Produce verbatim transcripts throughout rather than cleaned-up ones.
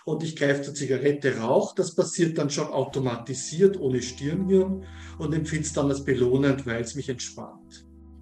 und ich greife zur Zigarette, rauche. Das passiert dann schon automatisiert, ohne Stirnhirn und empfinde es dann als belohnend, weil es mich entspannt.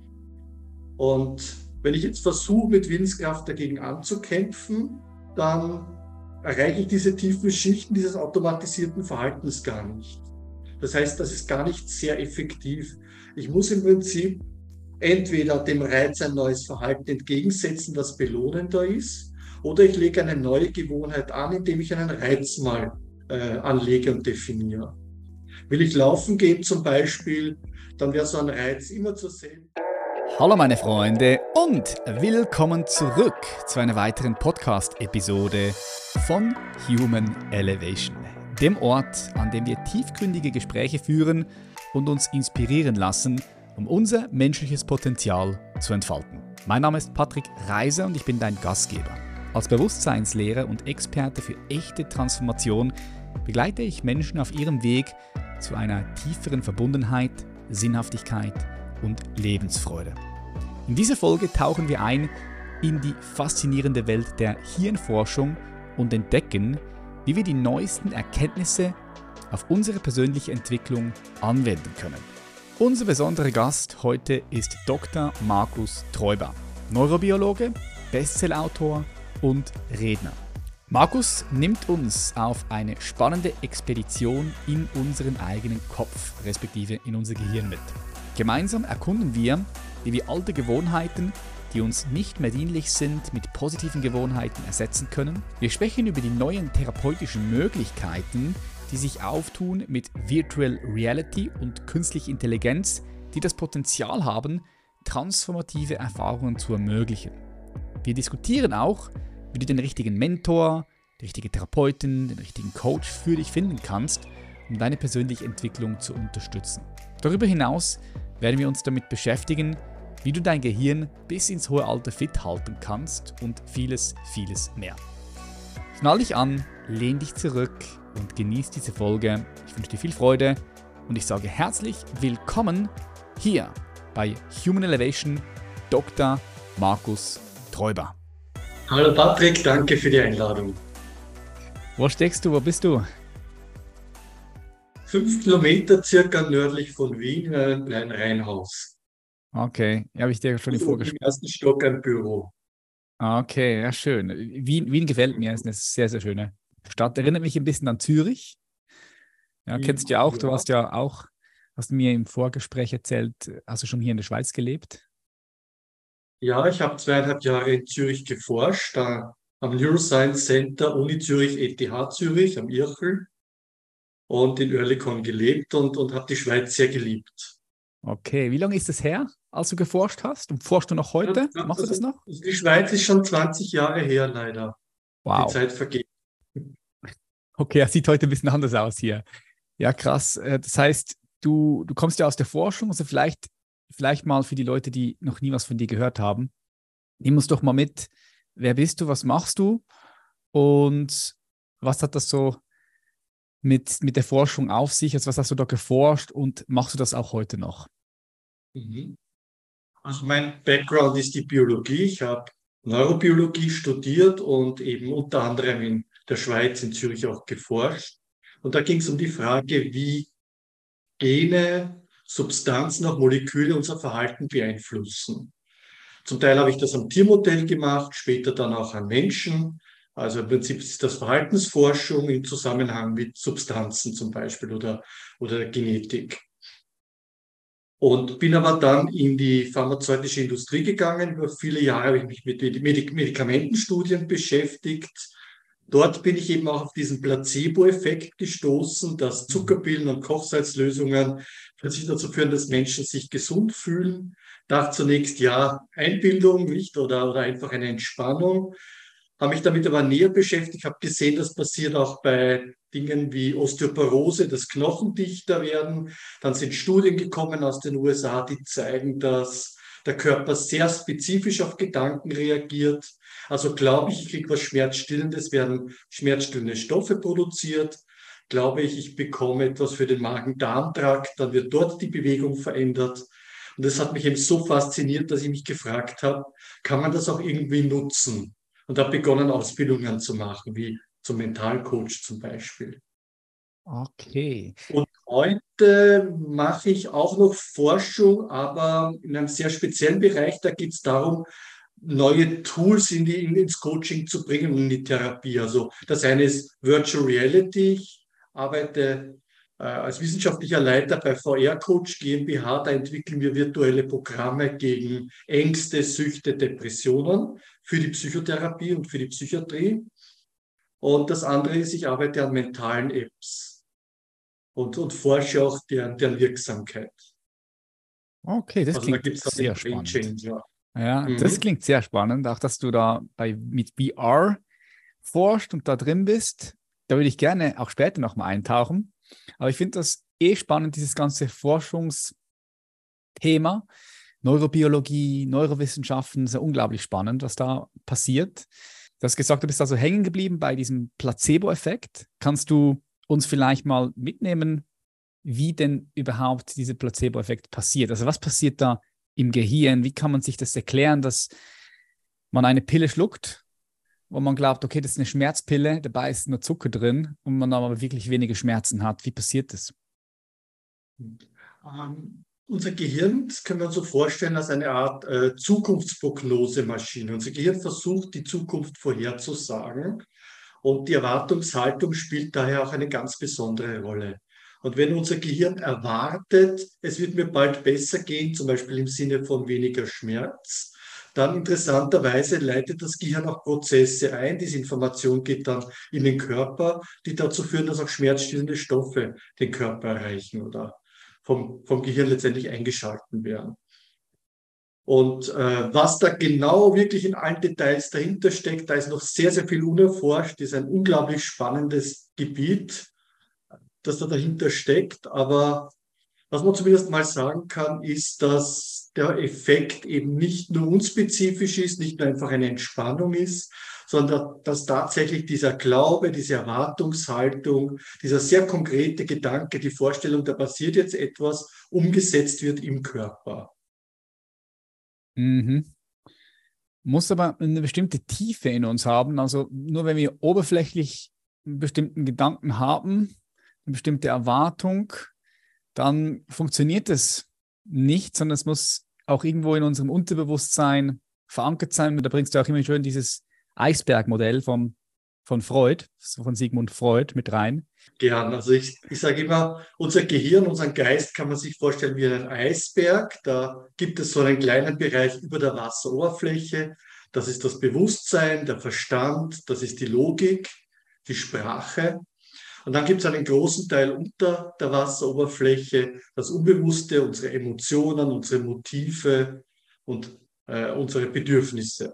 Und wenn ich jetzt versuche, mit Willenskraft dagegen anzukämpfen, dann erreiche ich diese tiefen Schichten dieses automatisierten Verhaltens gar nicht. Das heißt, das ist gar nicht sehr effektiv. Ich muss im Prinzip entweder dem Reiz ein neues Verhalten entgegensetzen, das belohnender ist, oder ich lege eine neue Gewohnheit an, indem ich einen Reiz mal äh, anlege und definiere. Will ich laufen gehen zum Beispiel, dann wäre so ein Reiz immer zu sehen. Hallo meine Freunde und willkommen zurück zu einer weiteren Podcast-Episode von Human Elevation, dem Ort, an dem wir tiefgründige Gespräche führen und uns inspirieren lassen, um unser menschliches Potenzial zu entfalten. Mein Name ist Patrick Reiser und ich bin dein Gastgeber. Als Bewusstseinslehrer und Experte für echte Transformation begleite ich Menschen auf ihrem Weg zu einer tieferen Verbundenheit, Sinnhaftigkeit und Lebensfreude. In dieser Folge tauchen wir ein in die faszinierende Welt der Hirnforschung und entdecken, wie wir die neuesten Erkenntnisse auf unsere persönliche Entwicklung anwenden können. Unser besonderer Gast heute ist Doktor Markus Treuber, Neurobiologe, Bestsellerautor und Redner. Markus nimmt uns auf eine spannende Expedition in unseren eigenen Kopf, respektive in unser Gehirn mit. Gemeinsam erkunden wir, wie wir alte Gewohnheiten, die uns nicht mehr dienlich sind, mit positiven Gewohnheiten ersetzen können. Wir sprechen über die neuen therapeutischen Möglichkeiten, die sich auftun mit Virtual Reality und künstlicher Intelligenz, die das Potenzial haben, transformative Erfahrungen zu ermöglichen. Wir diskutieren auch, wie du den richtigen Mentor, die richtige Therapeutin, den richtigen Coach für dich finden kannst, um deine persönliche Entwicklung zu unterstützen. Darüber hinaus werden wir uns damit beschäftigen, wie du dein Gehirn bis ins hohe Alter fit halten kannst und vieles, vieles mehr. Schnall dich an, lehn dich zurück und genieß diese Folge. Ich wünsche dir viel Freude und ich sage herzlich willkommen hier bei Human Elevation Doktor Markus Treuber. Hallo Patrick, danke für die Einladung. Wo steckst du, wo bist du? Fünf Kilometer circa nördlich von Wien, in einem kleinen Reihenhaus. Okay, habe ich dir schon die vorgestellt. Im ersten Stock ein Büro. Okay, ja schön. Wien, Wien gefällt mir, ist eine sehr, sehr schöne Stadt. Erinnert mich ein bisschen an Zürich. Ja, kennst du ja auch, ja. Du hast ja auch, hast mir im Vorgespräch erzählt, hast du schon hier in der Schweiz gelebt? Ja, ich habe zweieinhalb Jahre in Zürich geforscht, da am Neuroscience Center Uni Zürich, E T H Zürich, am Irchel. Und in Oerlikon gelebt und, und habe die Schweiz sehr geliebt. Okay, wie lange ist es her, als du geforscht hast? Und forschst du noch heute? Ja, Machst also, du das noch? Die Schweiz ist schon zwanzig Jahre her, leider. Wow. Die Zeit vergeht. Okay, das sieht heute ein bisschen anders aus hier. Ja, krass. Das heißt, du, du kommst ja aus der Forschung, also vielleicht, vielleicht mal für die Leute, die noch nie was von dir gehört haben, nimm uns doch mal mit, wer bist du, was machst du und was hat das so mit, mit der Forschung auf sich? Also was hast du da geforscht und machst du das auch heute noch? Mhm. Also mein Background ist die Biologie. Ich habe Neurobiologie studiert und eben unter anderem in der Schweiz, in Zürich auch geforscht. Und da ging es um die Frage, wie Gene, Substanzen, auch Moleküle unser Verhalten beeinflussen. Zum Teil habe ich das am Tiermodell gemacht, später dann auch an Menschen. Also im Prinzip ist das Verhaltensforschung im Zusammenhang mit Substanzen zum Beispiel oder, oder Genetik. Und bin aber dann in die pharmazeutische Industrie gegangen. Über viele Jahre habe ich mich mit Medik- Medikamentenstudien beschäftigt. Dort bin ich eben auch auf diesen Placebo-Effekt gestoßen, dass Zuckerpillen und Kochsalzlösungen plötzlich dazu führen, dass Menschen sich gesund fühlen. Dachte zunächst, ja, Einbildung, nicht? Oder, oder einfach eine Entspannung. Habe mich damit aber näher beschäftigt, habe gesehen, das passiert auch bei Dingen wie Osteoporose, dass Knochen dichter werden. Dann sind Studien gekommen aus den U S A, die zeigen, dass der Körper sehr spezifisch auf Gedanken reagiert. Also glaube ich, ich kriege was Schmerzstillendes, werden schmerzstillende Stoffe produziert. Glaube ich, ich bekomme etwas für den Magen-Darm-Trakt, dann wird dort die Bewegung verändert. Und das hat mich eben so fasziniert, dass ich mich gefragt habe, kann man das auch irgendwie nutzen? Und habe begonnen, Ausbildungen zu machen, wie zum Mentalcoach zum Beispiel. Okay. Und heute mache ich auch noch Forschung, aber in einem sehr speziellen Bereich. Da geht es darum, neue Tools in die, in, ins Coaching zu bringen und in die Therapie. Also das eine ist Virtual Reality. Ich arbeite äh, als wissenschaftlicher Leiter bei V R Coach GmbH. Da entwickeln wir virtuelle Programme gegen Ängste, Süchte, Depressionen für die Psychotherapie und für die Psychiatrie. Und das andere ist, ich arbeite an mentalen Apps und, und forsche auch deren, deren Wirksamkeit. Okay, das Also da klingt gibt es dann den sehr Brain spannend. Changer. Ja, das Mhm. klingt sehr spannend, auch dass du da bei, mit V R forscht und da drin bist. Da würde ich gerne auch später nochmal eintauchen. Aber ich finde das eh spannend, dieses ganze Forschungsthema. Neurobiologie, Neurowissenschaften, ist ja unglaublich spannend, was da passiert. Du hast gesagt, du bist also hängen geblieben bei diesem Placebo-Effekt. Kannst du uns vielleicht mal mitnehmen, wie denn überhaupt dieser Placebo-Effekt passiert? Also was passiert da im Gehirn? Wie kann man sich das erklären, dass man eine Pille schluckt, wo man glaubt, okay, das ist eine Schmerzpille, dabei ist nur Zucker drin und man aber wirklich wenige Schmerzen hat. Wie passiert das? Ähm, unser Gehirn, das können wir uns so vorstellen, als eine Art äh, Zukunftsprognosemaschine. Unser Gehirn versucht, die Zukunft vorherzusagen und die Erwartungshaltung spielt daher auch eine ganz besondere Rolle. Und wenn unser Gehirn erwartet, es wird mir bald besser gehen, zum Beispiel im Sinne von weniger Schmerz, dann interessanterweise leitet das Gehirn auch Prozesse ein. Diese Information geht dann in den Körper, die dazu führen, dass auch schmerzstillende Stoffe den Körper erreichen oder vom, vom Gehirn letztendlich eingeschalten werden. Und äh, was da genau wirklich in allen Details dahinter steckt, da ist noch sehr, sehr viel unerforscht. Das ist ein unglaublich spannendes Gebiet, das da dahinter steckt. Aber was man zumindest mal sagen kann, ist, dass der Effekt eben nicht nur unspezifisch ist, nicht nur einfach eine Entspannung ist, sondern dass tatsächlich dieser Glaube, diese Erwartungshaltung, dieser sehr konkrete Gedanke, die Vorstellung, da passiert jetzt etwas, umgesetzt wird im Körper. Mhm. Muss aber eine bestimmte Tiefe in uns haben. Also nur wenn wir oberflächlich einen bestimmten Gedanken haben, eine bestimmte Erwartung, dann funktioniert es nicht, sondern es muss auch irgendwo in unserem Unterbewusstsein verankert sein. Und da bringst du auch immer schön dieses Eisbergmodell vom, von Freud, von Sigmund Freud mit rein. Gern. Also ich, ich sage immer, unser Gehirn, unseren Geist kann man sich vorstellen wie einen Eisberg. Da gibt es so einen kleinen Bereich über der Wasseroberfläche. Das ist das Bewusstsein, der Verstand, das ist die Logik, die Sprache. Und dann gibt es einen großen Teil unter der Wasseroberfläche, das Unbewusste, unsere Emotionen, unsere Motive und äh, unsere Bedürfnisse.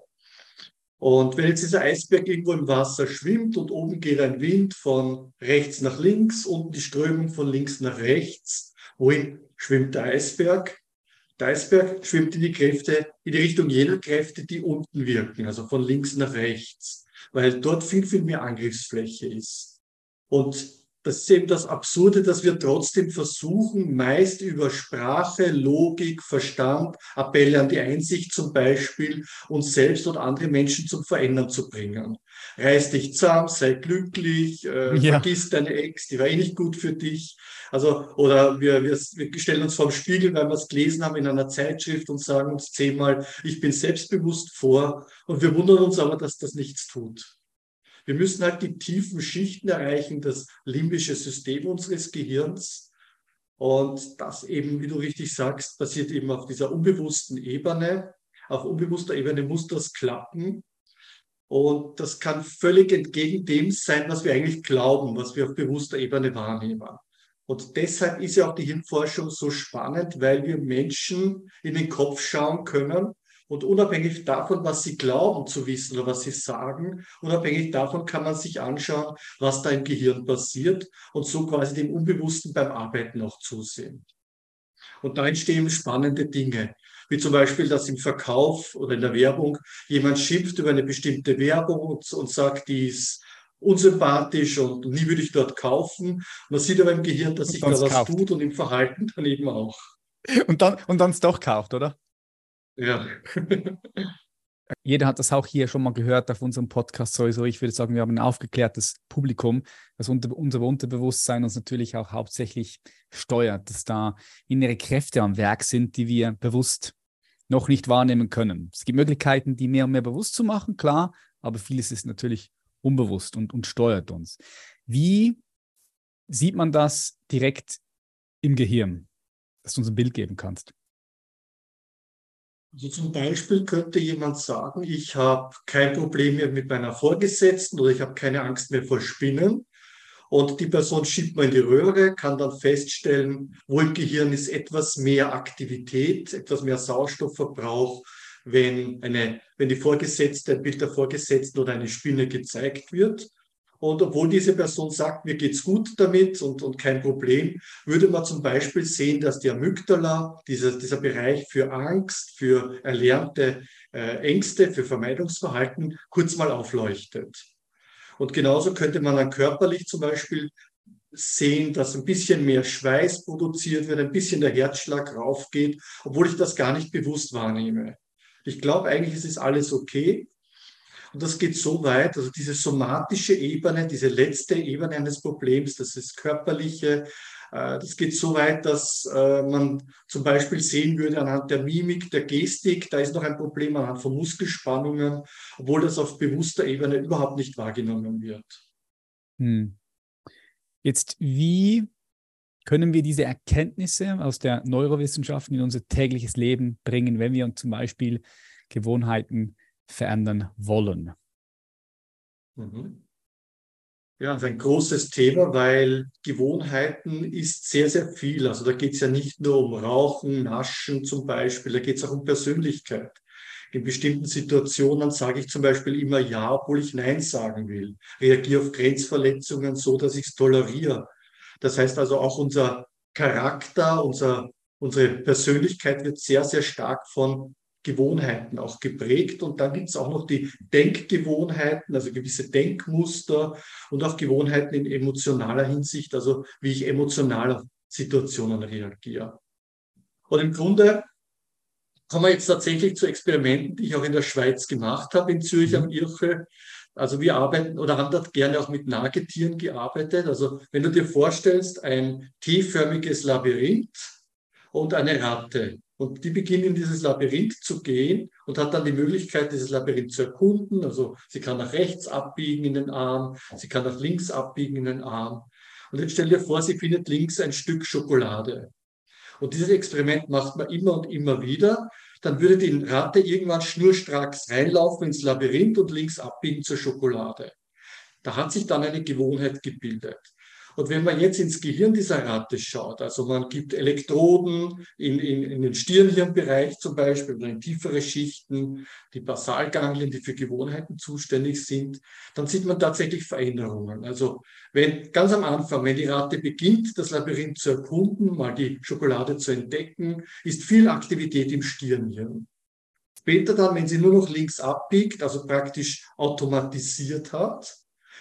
Und wenn jetzt dieser Eisberg irgendwo im Wasser schwimmt und oben geht ein Wind von rechts nach links, unten die Strömung von links nach rechts, wohin schwimmt der Eisberg? Der Eisberg schwimmt in die Kräfte, in die Richtung jener Kräfte, die unten wirken, also von links nach rechts, weil dort viel, viel mehr Angriffsfläche ist. Und das ist eben das Absurde, dass wir trotzdem versuchen, meist über Sprache, Logik, Verstand, Appelle an die Einsicht zum Beispiel, uns selbst und andere Menschen zum Verändern zu bringen. Reiß dich zusammen, sei glücklich, äh, Ja. vergiss deine Ex, die war eh nicht gut für dich. Also, oder wir, wir, wir stellen uns vor dem Spiegel, weil wir es gelesen haben in einer Zeitschrift und sagen uns zehnmal, ich bin selbstbewusst vor. Und wir wundern uns aber, dass das nichts tut. Wir müssen halt die tiefen Schichten erreichen, das limbische System unseres Gehirns. Und das eben, wie du richtig sagst, passiert eben auf dieser unbewussten Ebene. Auf unbewusster Ebene muss das klappen. Und das kann völlig entgegen dem sein, was wir eigentlich glauben, was wir auf bewusster Ebene wahrnehmen. Und deshalb ist ja auch die Hirnforschung so spannend, weil wir Menschen in den Kopf schauen können. Und unabhängig davon, was sie glauben zu wissen oder was sie sagen, unabhängig davon kann man sich anschauen, was da im Gehirn passiert und so quasi dem Unbewussten beim Arbeiten auch zusehen. Und da entstehen spannende Dinge, wie zum Beispiel, dass im Verkauf oder in der Werbung jemand schimpft über eine bestimmte Werbung und, und sagt, die ist unsympathisch und nie würde ich dort kaufen. Man sieht aber im Gehirn, dass Und sich dann da es was kauft. tut und im Verhalten dann eben auch. Und dann und dann es doch kauft, oder? Ja. Jeder hat das auch hier schon mal gehört auf unserem Podcast sowieso. Ich würde sagen, wir haben ein aufgeklärtes Publikum, dass unter, unser Unterbewusstsein uns natürlich auch hauptsächlich steuert, dass da innere Kräfte am Werk sind, die wir bewusst noch nicht wahrnehmen können. Es gibt Möglichkeiten, die mehr und mehr bewusst zu machen, klar, aber vieles ist natürlich unbewusst und, und steuert uns. Wie sieht man das direkt im Gehirn, dass du uns ein Bild geben kannst? Also zum Beispiel könnte jemand sagen, ich habe kein Problem mehr mit meiner Vorgesetzten oder ich habe keine Angst mehr vor Spinnen. Und die Person schiebt man in die Röhre, kann dann feststellen, wo im Gehirn ist etwas mehr Aktivität, etwas mehr Sauerstoffverbrauch, wenn, eine, wenn die Vorgesetzte, ein Bild der Vorgesetzten oder eine Spinne gezeigt wird. Und obwohl diese Person sagt, mir geht's gut damit und, und kein Problem, würde man zum Beispiel sehen, dass die Amygdala, dieser, dieser Bereich für Angst, für erlernte äh, Ängste, für Vermeidungsverhalten, kurz mal aufleuchtet. Und genauso könnte man dann körperlich zum Beispiel sehen, dass ein bisschen mehr Schweiß produziert wird, ein bisschen der Herzschlag raufgeht, obwohl ich das gar nicht bewusst wahrnehme. Ich glaube eigentlich, es ist alles okay. Und das geht so weit, also diese somatische Ebene, diese letzte Ebene eines Problems, das ist körperliche, das geht so weit, dass man zum Beispiel sehen würde anhand der Mimik, der Gestik, da ist noch ein Problem anhand von Muskelspannungen, obwohl das auf bewusster Ebene überhaupt nicht wahrgenommen wird. Hm. Jetzt, wie können wir diese Erkenntnisse aus der Neurowissenschaft in unser tägliches Leben bringen, wenn wir uns zum Beispiel Gewohnheiten verändern wollen? Mhm. Ja, das ist ein großes Thema, weil Gewohnheiten ist sehr, sehr viel. Also da geht es ja nicht nur um Rauchen, Naschen zum Beispiel, da geht es auch um Persönlichkeit. In bestimmten Situationen sage ich zum Beispiel immer Ja, obwohl ich Nein sagen will. Reagiere auf Grenzverletzungen so, dass ich es toleriere. Das heißt also auch unser Charakter, unser, unsere Persönlichkeit wird sehr, sehr stark von Gewohnheiten auch geprägt. Und dann gibt es auch noch die Denkgewohnheiten, also gewisse Denkmuster und auch Gewohnheiten in emotionaler Hinsicht, also wie ich emotional auf Situationen reagiere. Und im Grunde kommen wir jetzt tatsächlich zu Experimenten, die ich auch in der Schweiz gemacht habe, in Zürich am Irche. Also wir arbeiten oder haben dort gerne auch mit Nagetieren gearbeitet. Also wenn du dir vorstellst, ein T-förmiges Labyrinth und eine Ratte. Und die beginnt in dieses Labyrinth zu gehen und hat dann die Möglichkeit, dieses Labyrinth zu erkunden. Also sie kann nach rechts abbiegen in den Arm, sie kann nach links abbiegen in den Arm. Und jetzt stell dir vor, sie findet links ein Stück Schokolade. Und dieses Experiment macht man immer und immer wieder. Dann würde die Ratte irgendwann schnurstracks reinlaufen ins Labyrinth und links abbiegen zur Schokolade. Da hat sich dann eine Gewohnheit gebildet. Und wenn man jetzt ins Gehirn dieser Ratte schaut, also man gibt Elektroden in, in, in den Stirnhirnbereich zum Beispiel oder in tiefere Schichten, die Basalganglien, die für Gewohnheiten zuständig sind, dann sieht man tatsächlich Veränderungen. Also wenn ganz am Anfang, wenn die Ratte beginnt, das Labyrinth zu erkunden, mal die Schokolade zu entdecken, ist viel Aktivität im Stirnhirn. Später dann, wenn sie nur noch links abbiegt, also praktisch automatisiert hat,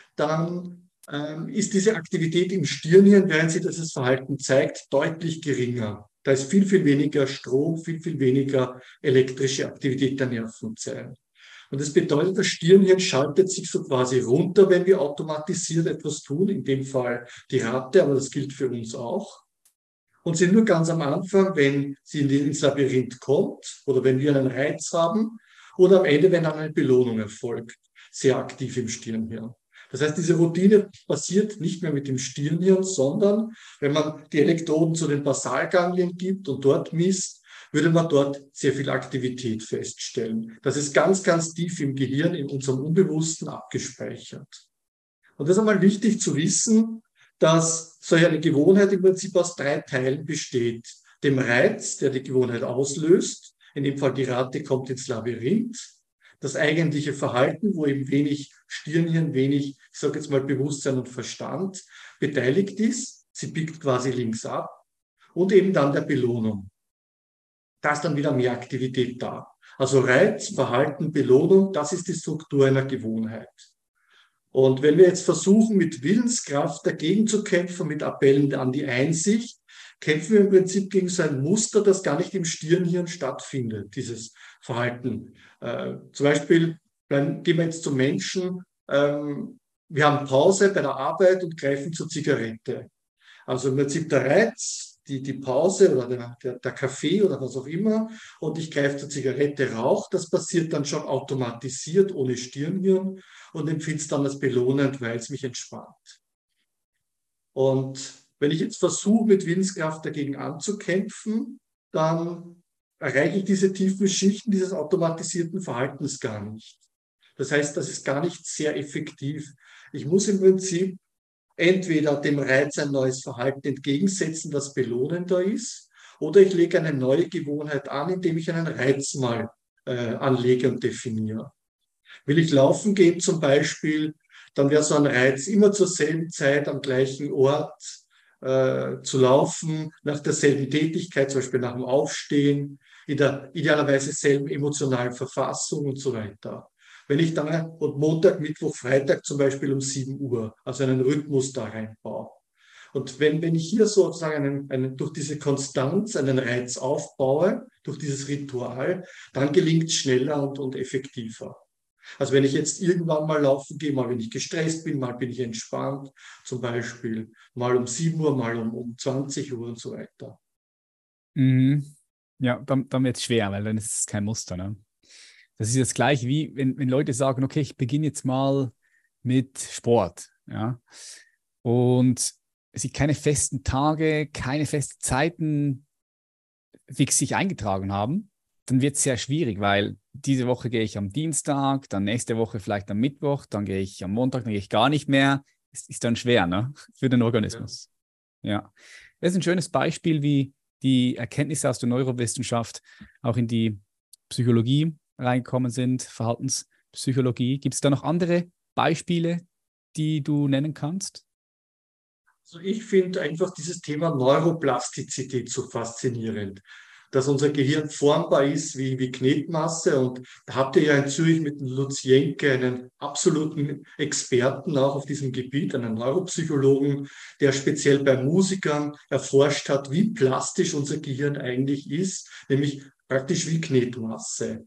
dann ähm, ist diese Aktivität im Stirnhirn, während sie dieses Verhalten zeigt, deutlich geringer. Da ist viel, viel weniger Strom, viel, viel weniger elektrische Aktivität der Nervenzellen. Und das bedeutet, das Stirnhirn schaltet sich so quasi runter, wenn wir automatisiert etwas tun, in dem Fall die Ratte, aber das gilt für uns auch. Und sie nur ganz am Anfang, wenn sie ins Labyrinth kommt oder wenn wir einen Reiz haben oder am Ende, wenn dann eine Belohnung erfolgt, sehr aktiv im Stirnhirn. Das heißt, diese Routine passiert nicht mehr mit dem Stirnhirn, sondern wenn man die Elektroden zu den Basalganglien gibt und dort misst, würde man dort sehr viel Aktivität feststellen. Das ist ganz, ganz tief im Gehirn, in unserem Unbewussten abgespeichert. Und das ist einmal wichtig zu wissen, dass solch eine Gewohnheit im Prinzip aus drei Teilen besteht. Dem Reiz, der die Gewohnheit auslöst, in dem Fall die Ratte kommt ins Labyrinth, das eigentliche Verhalten, wo eben wenig Stirnhirn, wenig, ich sage jetzt mal Bewusstsein und Verstand beteiligt ist. Sie biegt quasi links ab. Und eben dann der Belohnung. Da ist dann wieder mehr Aktivität da. Also Reiz, Verhalten, Belohnung, das ist die Struktur einer Gewohnheit. Und wenn wir jetzt versuchen, mit Willenskraft dagegen zu kämpfen, mit Appellen an die Einsicht, kämpfen wir im Prinzip gegen so ein Muster, das gar nicht im Stirnhirn stattfindet, dieses Verhalten Äh, zum Beispiel, dann gehen wir jetzt zu Menschen, ähm, wir haben Pause bei der Arbeit und greifen zur Zigarette. Also im Prinzip der Reiz, die, die Pause oder der, der, der Kaffee oder was auch immer und ich greife zur Zigarette, rauche, das passiert dann schon automatisiert, ohne Stirnhirn und empfinde es dann als belohnend, weil es mich entspannt. Und wenn ich jetzt versuche, mit Willenskraft dagegen anzukämpfen, dann erreiche ich diese tiefen Schichten dieses automatisierten Verhaltens gar nicht. Das heißt, das ist gar nicht sehr effektiv. Ich muss im Prinzip entweder dem Reiz ein neues Verhalten entgegensetzen, das belohnender ist, oder ich lege eine neue Gewohnheit an, indem ich einen Reiz mal äh, anlege und definiere. Will ich laufen gehen zum Beispiel, dann wäre so ein Reiz, immer zur selben Zeit am gleichen Ort äh, zu laufen, nach derselben Tätigkeit, zum Beispiel nach dem Aufstehen, in der idealerweise selben emotionalen Verfassung und so weiter. Wenn ich dann und Montag, Mittwoch, Freitag zum Beispiel um sieben Uhr, also einen Rhythmus da reinbaue. Und wenn, wenn ich hier sozusagen einen, einen, durch diese Konstanz einen Reiz aufbaue, durch dieses Ritual, dann gelingt es schneller und, und effektiver. Also wenn ich jetzt irgendwann mal laufen gehe, mal wenn ich gestresst bin, mal bin ich entspannt, zum Beispiel mal um sieben Uhr, mal um, um zwanzig Uhr und so weiter. Mhm. Ja, dann, dann wird es schwer, weil dann ist es kein Muster. Ne? Das ist das Gleiche wie, wenn, wenn Leute sagen, okay, ich beginne jetzt mal mit Sport. Ja? Und sie keine festen Tage, keine festen Zeiten fix sich eingetragen haben, dann wird es sehr schwierig, weil diese Woche gehe ich am Dienstag, dann nächste Woche vielleicht am Mittwoch, dann gehe ich am Montag, dann gehe ich gar nicht mehr. Es ist dann schwer, ne? Für den Organismus. Ja. Ja. Das ist ein schönes Beispiel, wie die Erkenntnisse aus der Neurowissenschaft auch in die Psychologie reinkommen sind, Verhaltenspsychologie. Gibt es da noch andere Beispiele, die du nennen kannst? Also ich finde einfach dieses Thema Neuroplastizität so faszinierend, dass unser Gehirn formbar ist wie, wie Knetmasse. Und da habt ihr ja in Zürich mit dem Lutz Jenke einen absoluten Experten auch auf diesem Gebiet, einen Neuropsychologen, der speziell bei Musikern erforscht hat, wie plastisch unser Gehirn eigentlich ist, nämlich praktisch wie Knetmasse.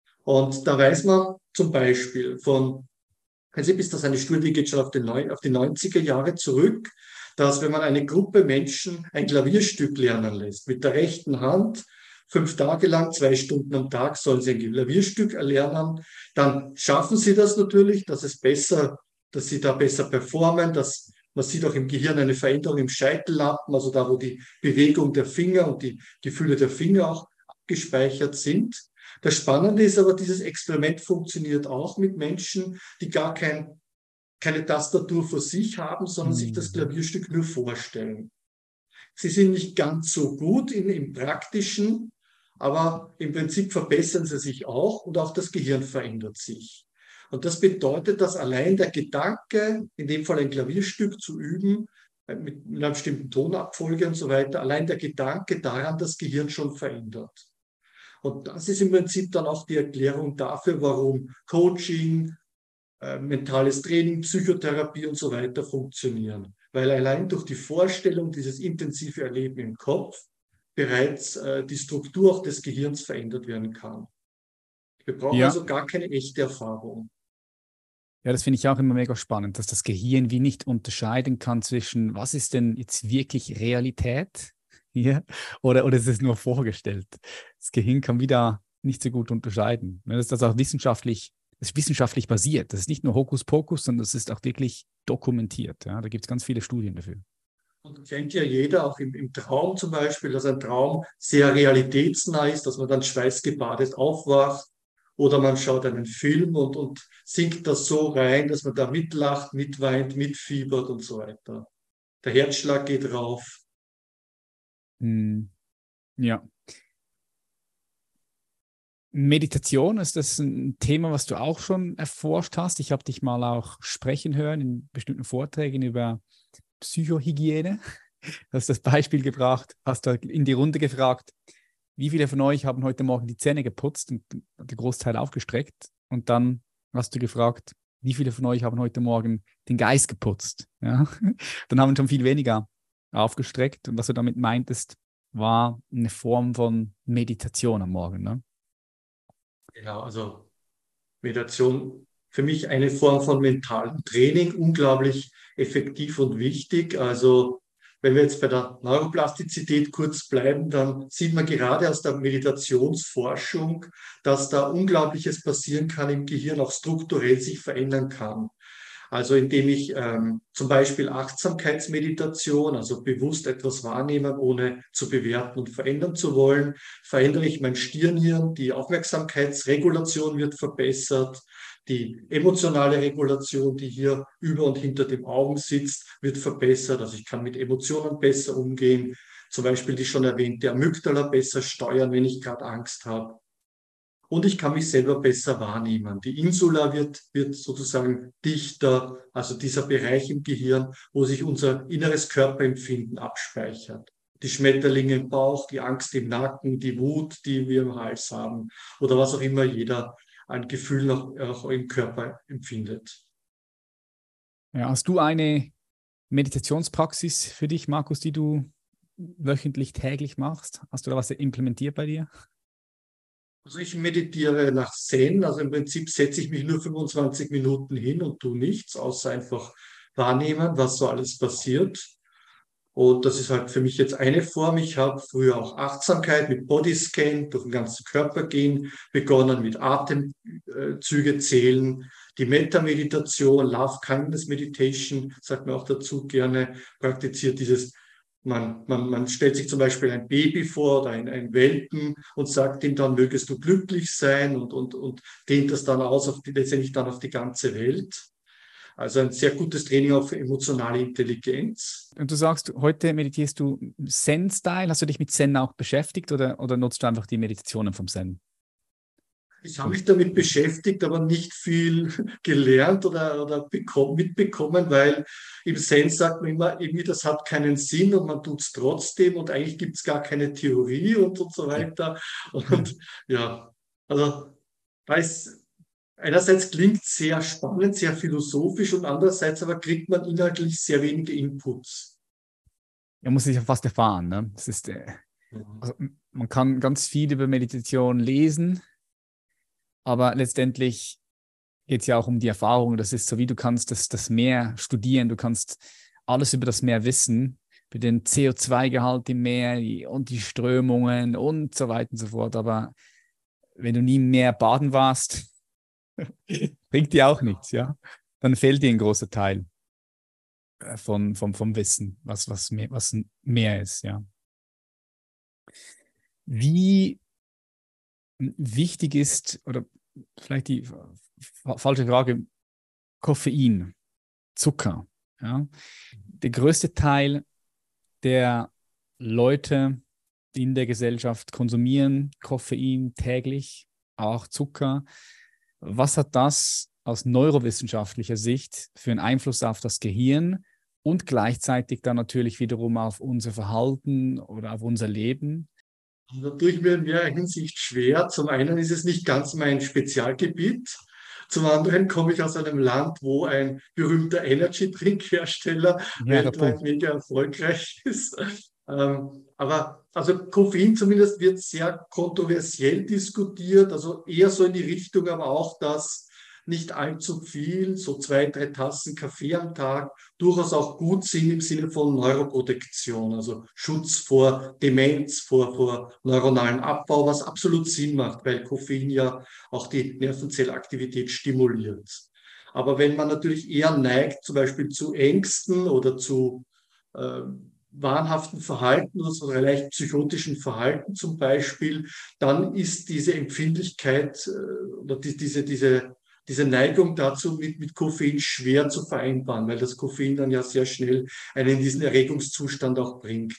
Und da weiß man zum Beispiel von, also ist das eine Studie, die geht schon auf die, auf die neunziger Jahre zurück, dass wenn man eine Gruppe Menschen ein Klavierstück lernen lässt, mit der rechten Hand, fünf Tage lang, zwei Stunden am Tag sollen sie ein Klavierstück erlernen, dann schaffen sie das natürlich, dass es besser, dass sie da besser performen, dass man sieht auch im Gehirn eine Veränderung im Scheitellappen, also da, wo die Bewegung der Finger und die Gefühle der Finger auch abgespeichert sind. Das Spannende ist aber, dieses Experiment funktioniert auch mit Menschen, die gar kein keine Tastatur vor sich haben, sondern mhm. sich das Klavierstück nur vorstellen. Sie sind nicht ganz so gut in, im Praktischen, aber im Prinzip verbessern sie sich auch und auch das Gehirn verändert sich. Und das bedeutet, dass allein der Gedanke, in dem Fall ein Klavierstück zu üben, mit einer bestimmten Tonabfolge und so weiter, allein der Gedanke daran das Gehirn schon verändert. Und das ist im Prinzip dann auch die Erklärung dafür, warum Coaching, mentales Training, Psychotherapie und so weiter funktionieren. Weil allein durch die Vorstellung, dieses intensive Erleben im Kopf, bereits äh, die Struktur auch des Gehirns verändert werden kann. Wir brauchen ja. also gar keine echte Erfahrung. Ja, das finde ich auch immer mega spannend, dass das Gehirn wie nicht unterscheiden kann zwischen, was ist denn jetzt wirklich Realität hier oder, oder ist es nur vorgestellt. Das Gehirn kann wieder nicht so gut unterscheiden. Das ist das auch wissenschaftlich Das ist wissenschaftlich basiert. Das ist nicht nur Hokuspokus, sondern das ist auch wirklich dokumentiert. Ja? Da gibt es ganz viele Studien dafür. Und kennt ja jeder, auch im, im Traum zum Beispiel, dass ein Traum sehr realitätsnah ist, dass man dann schweißgebadet aufwacht oder man schaut einen Film und, und sinkt das so rein, dass man da mitlacht, mitweint, mitfiebert und so weiter. Der Herzschlag geht rauf. Hm. Ja. Meditation, ist das ein Thema, was du auch schon erforscht hast? Ich habe dich mal auch sprechen hören in bestimmten Vorträgen über Psychohygiene. Du hast das Beispiel gebracht, hast du in die Runde gefragt, wie viele von euch haben heute Morgen die Zähne geputzt und der Großteil aufgestreckt? Und dann hast du gefragt, wie viele von euch haben heute Morgen den Geist geputzt? Ja? Dann haben schon viel weniger aufgestreckt. Und was du damit meintest, war eine Form von Meditation am Morgen, ne? Genau, also Meditation für mich eine Form von mentalem Training, unglaublich effektiv und wichtig. Also wenn wir jetzt bei der Neuroplastizität kurz bleiben, dann sieht man gerade aus der Meditationsforschung, dass da Unglaubliches passieren kann im Gehirn, auch strukturell sich verändern kann. Also indem ich ähm, zum Beispiel Achtsamkeitsmeditation, also bewusst etwas wahrnehmen, ohne zu bewerten und verändern zu wollen, verändere ich mein Stirnhirn, die Aufmerksamkeitsregulation wird verbessert, die emotionale Regulation, die hier über und hinter dem Augen sitzt, wird verbessert. Also ich kann mit Emotionen besser umgehen, zum Beispiel die schon erwähnte Amygdala besser steuern, wenn ich gerade Angst habe. Und ich kann mich selber besser wahrnehmen. Die Insula wird, wird sozusagen dichter, also dieser Bereich im Gehirn, wo sich unser inneres Körperempfinden abspeichert. Die Schmetterlinge im Bauch, die Angst im Nacken, die Wut, die wir im Hals haben oder was auch immer jeder ein Gefühl noch auch im Körper empfindet. Ja, hast du eine Meditationspraxis für dich, Markus, die du wöchentlich, täglich machst? Hast du da was implementiert bei dir? Also ich meditiere nach Zen, also im Prinzip setze ich mich nur fünfundzwanzig Minuten hin und tue nichts, außer einfach wahrnehmen, was so alles passiert. Und das ist halt für mich jetzt eine Form. Ich habe früher auch Achtsamkeit mit Bodyscan durch den ganzen Körper gehen, begonnen mit Atemzüge zählen, die Metta-Meditation, Love-Kindness-Meditation, sagt man auch dazu gerne, praktiziert dieses, man, man, man stellt sich zum Beispiel ein Baby vor oder ein, ein Welpen und sagt ihm dann, mögest du glücklich sein und, und, und dehnt das dann aus, auf die, letztendlich dann auf die ganze Welt. Also ein sehr gutes Training auch für emotionale Intelligenz. Und du sagst, heute meditierst du Zen-Style. Hast du dich mit Zen auch beschäftigt oder, oder nutzt du einfach die Meditationen vom Zen? Ich habe mich damit beschäftigt, aber nicht viel gelernt oder, oder bekommen, mitbekommen, weil im Zen sagt man immer, irgendwie das hat keinen Sinn und man tut es trotzdem und eigentlich gibt es gar keine Theorie und, und so weiter. Und ja, also da ist einerseits klingt sehr spannend, sehr philosophisch und andererseits aber kriegt man inhaltlich sehr wenige Inputs. Man muss sich ja fast erfahren. Ne? Das ist, äh, also man kann ganz viel über Meditation lesen, aber letztendlich geht es ja auch um die Erfahrung. Das ist so, wie du kannst das, das Meer studieren, du kannst alles über das Meer wissen, über den C O zwei Gehalt im Meer und die Strömungen und so weiter und so fort. Aber wenn du nie im Meer baden warst, bringt dir auch nichts, ja. Dann fehlt dir ein großer Teil von, vom, vom Wissen, was, was, mehr, was mehr ist, ja. Wie wichtig ist, oder vielleicht die falsche Frage, Koffein, Zucker. Ja? Der größte Teil der Leute in der Gesellschaft konsumieren Koffein täglich, auch Zucker. Was hat das aus neurowissenschaftlicher Sicht für einen Einfluss auf das Gehirn und gleichzeitig dann natürlich wiederum auf unser Verhalten oder auf unser Leben? Da tue ich mir in mehrerer Hinsicht schwer. Zum einen ist es nicht ganz mein Spezialgebiet. Zum anderen komme ich aus einem Land, wo ein berühmter Energy-Drink-Hersteller Ja, der weltweit Punkt. mega erfolgreich ist. Ähm, aber also Koffein zumindest wird sehr kontroversiell diskutiert, also eher so in die Richtung, aber auch, dass nicht allzu viel, so zwei, drei Tassen Kaffee am Tag, durchaus auch gut sind im Sinne von Neuroprotektion, also Schutz vor Demenz, vor, vor neuronalen Abbau, was absolut Sinn macht, weil Koffein ja auch die Nervenzellaktivität stimuliert. Aber wenn man natürlich eher neigt, zum Beispiel zu Ängsten oder zu äh, wahnhaften Verhalten oder so leicht psychotischen Verhalten zum Beispiel, dann ist diese Empfindlichkeit äh, oder die, diese, diese diese Neigung dazu mit, mit Koffein schwer zu vereinbaren, weil das Koffein dann ja sehr schnell einen in diesen Erregungszustand auch bringt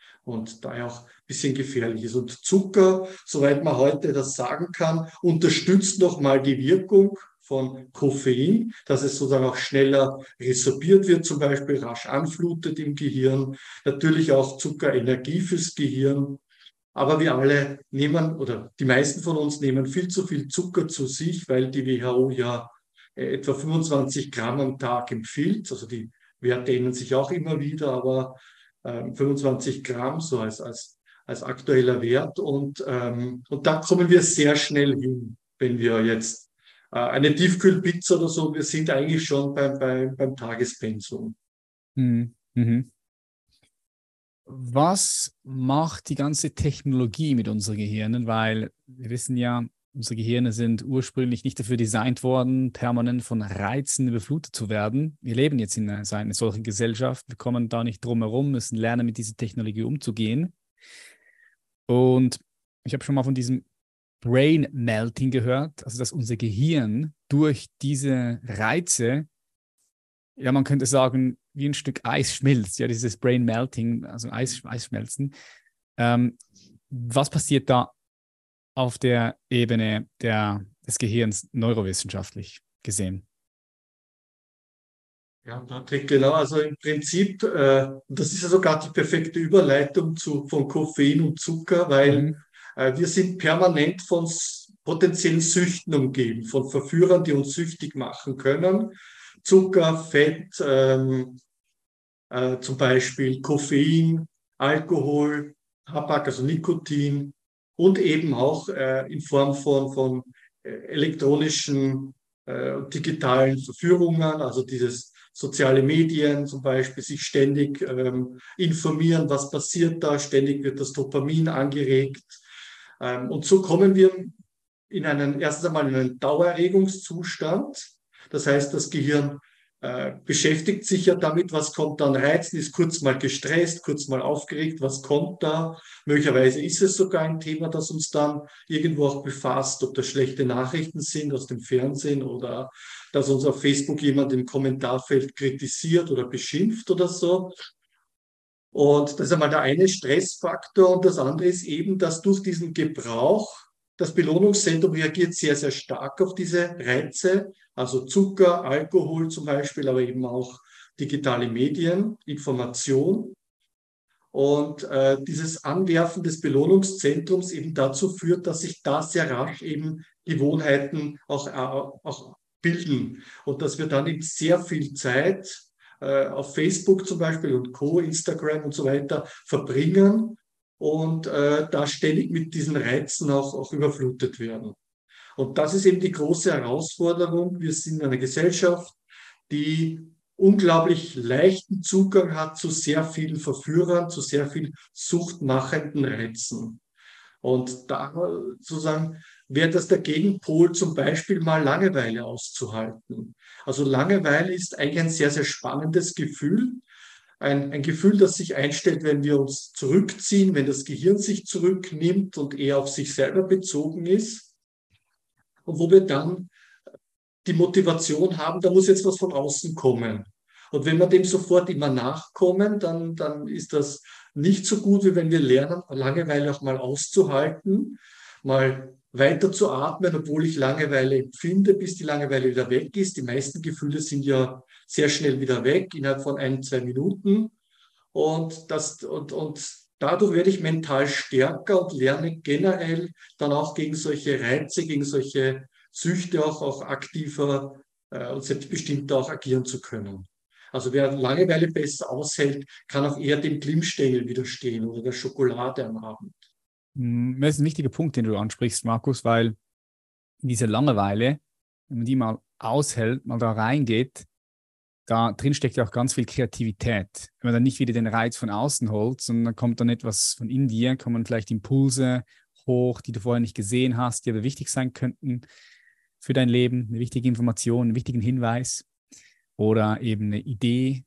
und daher auch ein bisschen gefährlich ist. Und Zucker, soweit man heute das sagen kann, unterstützt nochmal die Wirkung von Koffein, dass es sozusagen auch schneller resorbiert wird, zum Beispiel rasch anflutet im Gehirn. Natürlich auch Zucker Energie fürs Gehirn. Aber wir alle nehmen, oder die meisten von uns nehmen viel zu viel Zucker zu sich, weil die W H O ja etwa fünfundzwanzig Gramm am Tag empfiehlt. Also die Werte ändern sich auch immer wieder, aber ähm, fünfundzwanzig Gramm so als, als, als aktueller Wert. Und, ähm, und da kommen wir sehr schnell hin. wenn wir jetzt äh, eine Tiefkühlpizza oder so, wir sind eigentlich schon beim, beim, beim Tagespensum. Mhm. Mhm. Was macht die ganze Technologie mit unseren Gehirnen? Weil wir wissen ja, unsere Gehirne sind ursprünglich nicht dafür designt worden, permanent von Reizen überflutet zu werden. Wir leben jetzt in einer, einer solchen Gesellschaft. Wir kommen da nicht drum herum, müssen lernen, mit dieser Technologie umzugehen. Und ich habe schon mal von diesem Brain Melting gehört, also dass unser Gehirn durch diese Reize, ja, man könnte sagen, wie ein Stück Eis schmilzt, ja, dieses Brain Melting, also Eis, Eisschmelzen. Ähm, was passiert da auf der Ebene der, des Gehirns neurowissenschaftlich gesehen? Ja, Patrick, genau. Also im Prinzip, äh, das ist ja sogar die perfekte Überleitung zu, von Koffein und Zucker, weil Mhm. äh, wir sind permanent von s- potenziellen Süchten umgeben, von Verführern, die uns süchtig machen können. Zucker, Fett, ähm, äh, zum Beispiel Koffein, Alkohol, Tabak, also Nikotin und eben auch äh, in Form von, von äh, elektronischen, äh, digitalen Verführungen, also dieses soziale Medien zum Beispiel, sich ständig ähm, informieren, was passiert da, ständig wird das Dopamin angeregt. Ähm, und so kommen wir in einen, erstens einmal in einen Dauererregungszustand. Das heißt, das Gehirn äh, beschäftigt sich ja damit, was kommt da an Reizen, ist kurz mal gestresst, kurz mal aufgeregt, was kommt da. Möglicherweise ist es sogar ein Thema, das uns dann irgendwo auch befasst, ob das schlechte Nachrichten sind aus dem Fernsehen oder dass uns auf Facebook jemand im Kommentarfeld kritisiert oder beschimpft oder so. Und das ist einmal der eine Stressfaktor. Und das andere ist eben, dass durch diesen Gebrauch das Belohnungszentrum reagiert sehr, sehr stark auf diese Reize, also Zucker, Alkohol zum Beispiel, aber eben auch digitale Medien, Information. Und äh, dieses Anwerfen des Belohnungszentrums eben dazu führt, dass sich da sehr rasch eben Gewohnheiten auch, äh, auch bilden und dass wir dann eben sehr viel Zeit äh, auf Facebook zum Beispiel und Co., Instagram und so weiter verbringen und äh, da ständig mit diesen Reizen auch, auch überflutet werden. Und das ist eben die große Herausforderung. Wir sind eine Gesellschaft, die unglaublich leichten Zugang hat zu sehr vielen Verführern, zu sehr viel suchtmachenden Reizen. Und da sozusagen wäre das der Gegenpol, zum Beispiel mal Langeweile auszuhalten. Also Langeweile ist eigentlich ein sehr, sehr spannendes Gefühl. Ein, ein Gefühl, das sich einstellt, wenn wir uns zurückziehen, wenn das Gehirn sich zurücknimmt und eher auf sich selber bezogen ist. Und wo wir dann die Motivation haben, da muss jetzt was von außen kommen. Und wenn wir dem sofort immer nachkommen, dann, dann ist das nicht so gut, wie wenn wir lernen, Langeweile auch mal auszuhalten, mal weiter zu atmen, obwohl ich Langeweile empfinde, bis die Langeweile wieder weg ist. Die meisten Gefühle sind ja sehr schnell wieder weg, innerhalb von ein, zwei Minuten. Und, das, und, und dadurch werde ich mental stärker und lerne generell dann auch gegen solche Reize, gegen solche Süchte auch, auch aktiver äh, und selbstbestimmter auch agieren zu können. Also wer Langeweile besser aushält, kann auch eher dem Glimmstängel widerstehen oder der Schokolade am Abend. Mm, Das ist ein wichtiger Punkt, den du ansprichst, Markus, weil diese Langeweile, wenn man die mal aushält, mal da reingeht, da drin steckt ja auch ganz viel Kreativität. Wenn man dann nicht wieder den Reiz von außen holt, sondern kommt dann etwas von in dir, kommen vielleicht Impulse hoch, die du vorher nicht gesehen hast, die aber wichtig sein könnten für dein Leben, eine wichtige Information, einen wichtigen Hinweis oder eben eine Idee.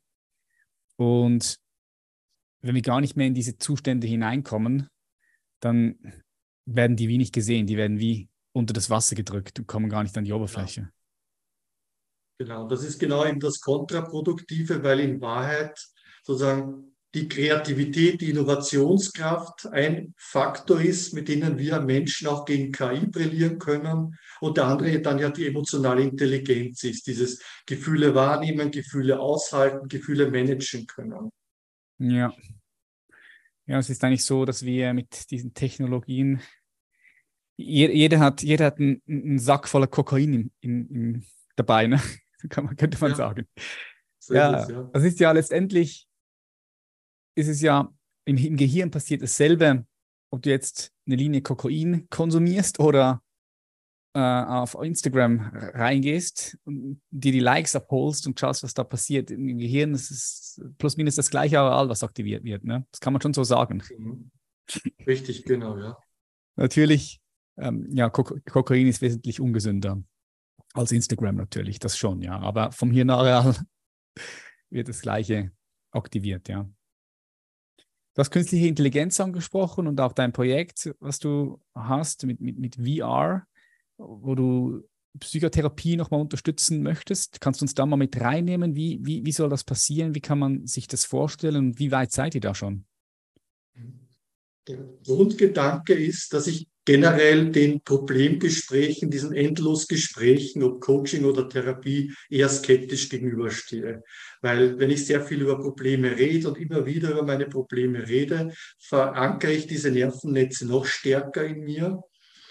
Und wenn wir gar nicht mehr in diese Zustände hineinkommen, dann werden die wie nicht gesehen, die werden wie unter das Wasser gedrückt und kommen gar nicht an die Ja. Oberfläche. Genau, das ist genau eben das Kontraproduktive, weil in Wahrheit sozusagen die Kreativität, die Innovationskraft ein Faktor ist, mit denen wir Menschen auch gegen K I brillieren können. Und der andere dann ja die emotionale Intelligenz ist, dieses Gefühle wahrnehmen, Gefühle aushalten, Gefühle managen können. Ja. Ja, es ist eigentlich so, dass wir mit diesen Technologien, jeder, jeder hat, jeder hat einen, einen Sack voller Kokain im, im, im, dabei, ne? Kann man, könnte man Ja, sagen. so ist es, Ja, ja. das ist ja letztendlich, ist es ja, im, im Gehirn passiert dasselbe, ob du jetzt eine Linie Kokain konsumierst oder äh, auf Instagram reingehst und dir die Likes abholst und schaust, was da passiert im Gehirn, das ist plus minus das gleiche Areal, was aktiviert wird. Ne? Das kann man schon so sagen. Mhm. Richtig, genau, ja. Natürlich, ähm, ja, Kok Kokain ist wesentlich ungesünder als Instagram natürlich, das schon, ja. Aber vom Hirnareal wird das Gleiche aktiviert, ja. Du hast künstliche Intelligenz angesprochen und auch dein Projekt, was du hast mit, mit, mit V R, wo du Psychotherapie nochmal unterstützen möchtest. Kannst du uns da mal mit reinnehmen? Wie, wie, wie soll das passieren? Wie kann man sich das vorstellen und wie weit seid ihr da schon? Der Grundgedanke ist, dass ich generell den Problemgesprächen, diesen Endlosgesprächen, ob Coaching oder Therapie, eher skeptisch gegenüberstehe. Weil wenn ich sehr viel über Probleme rede und immer wieder über meine Probleme rede, verankere ich diese Nervennetze noch stärker in mir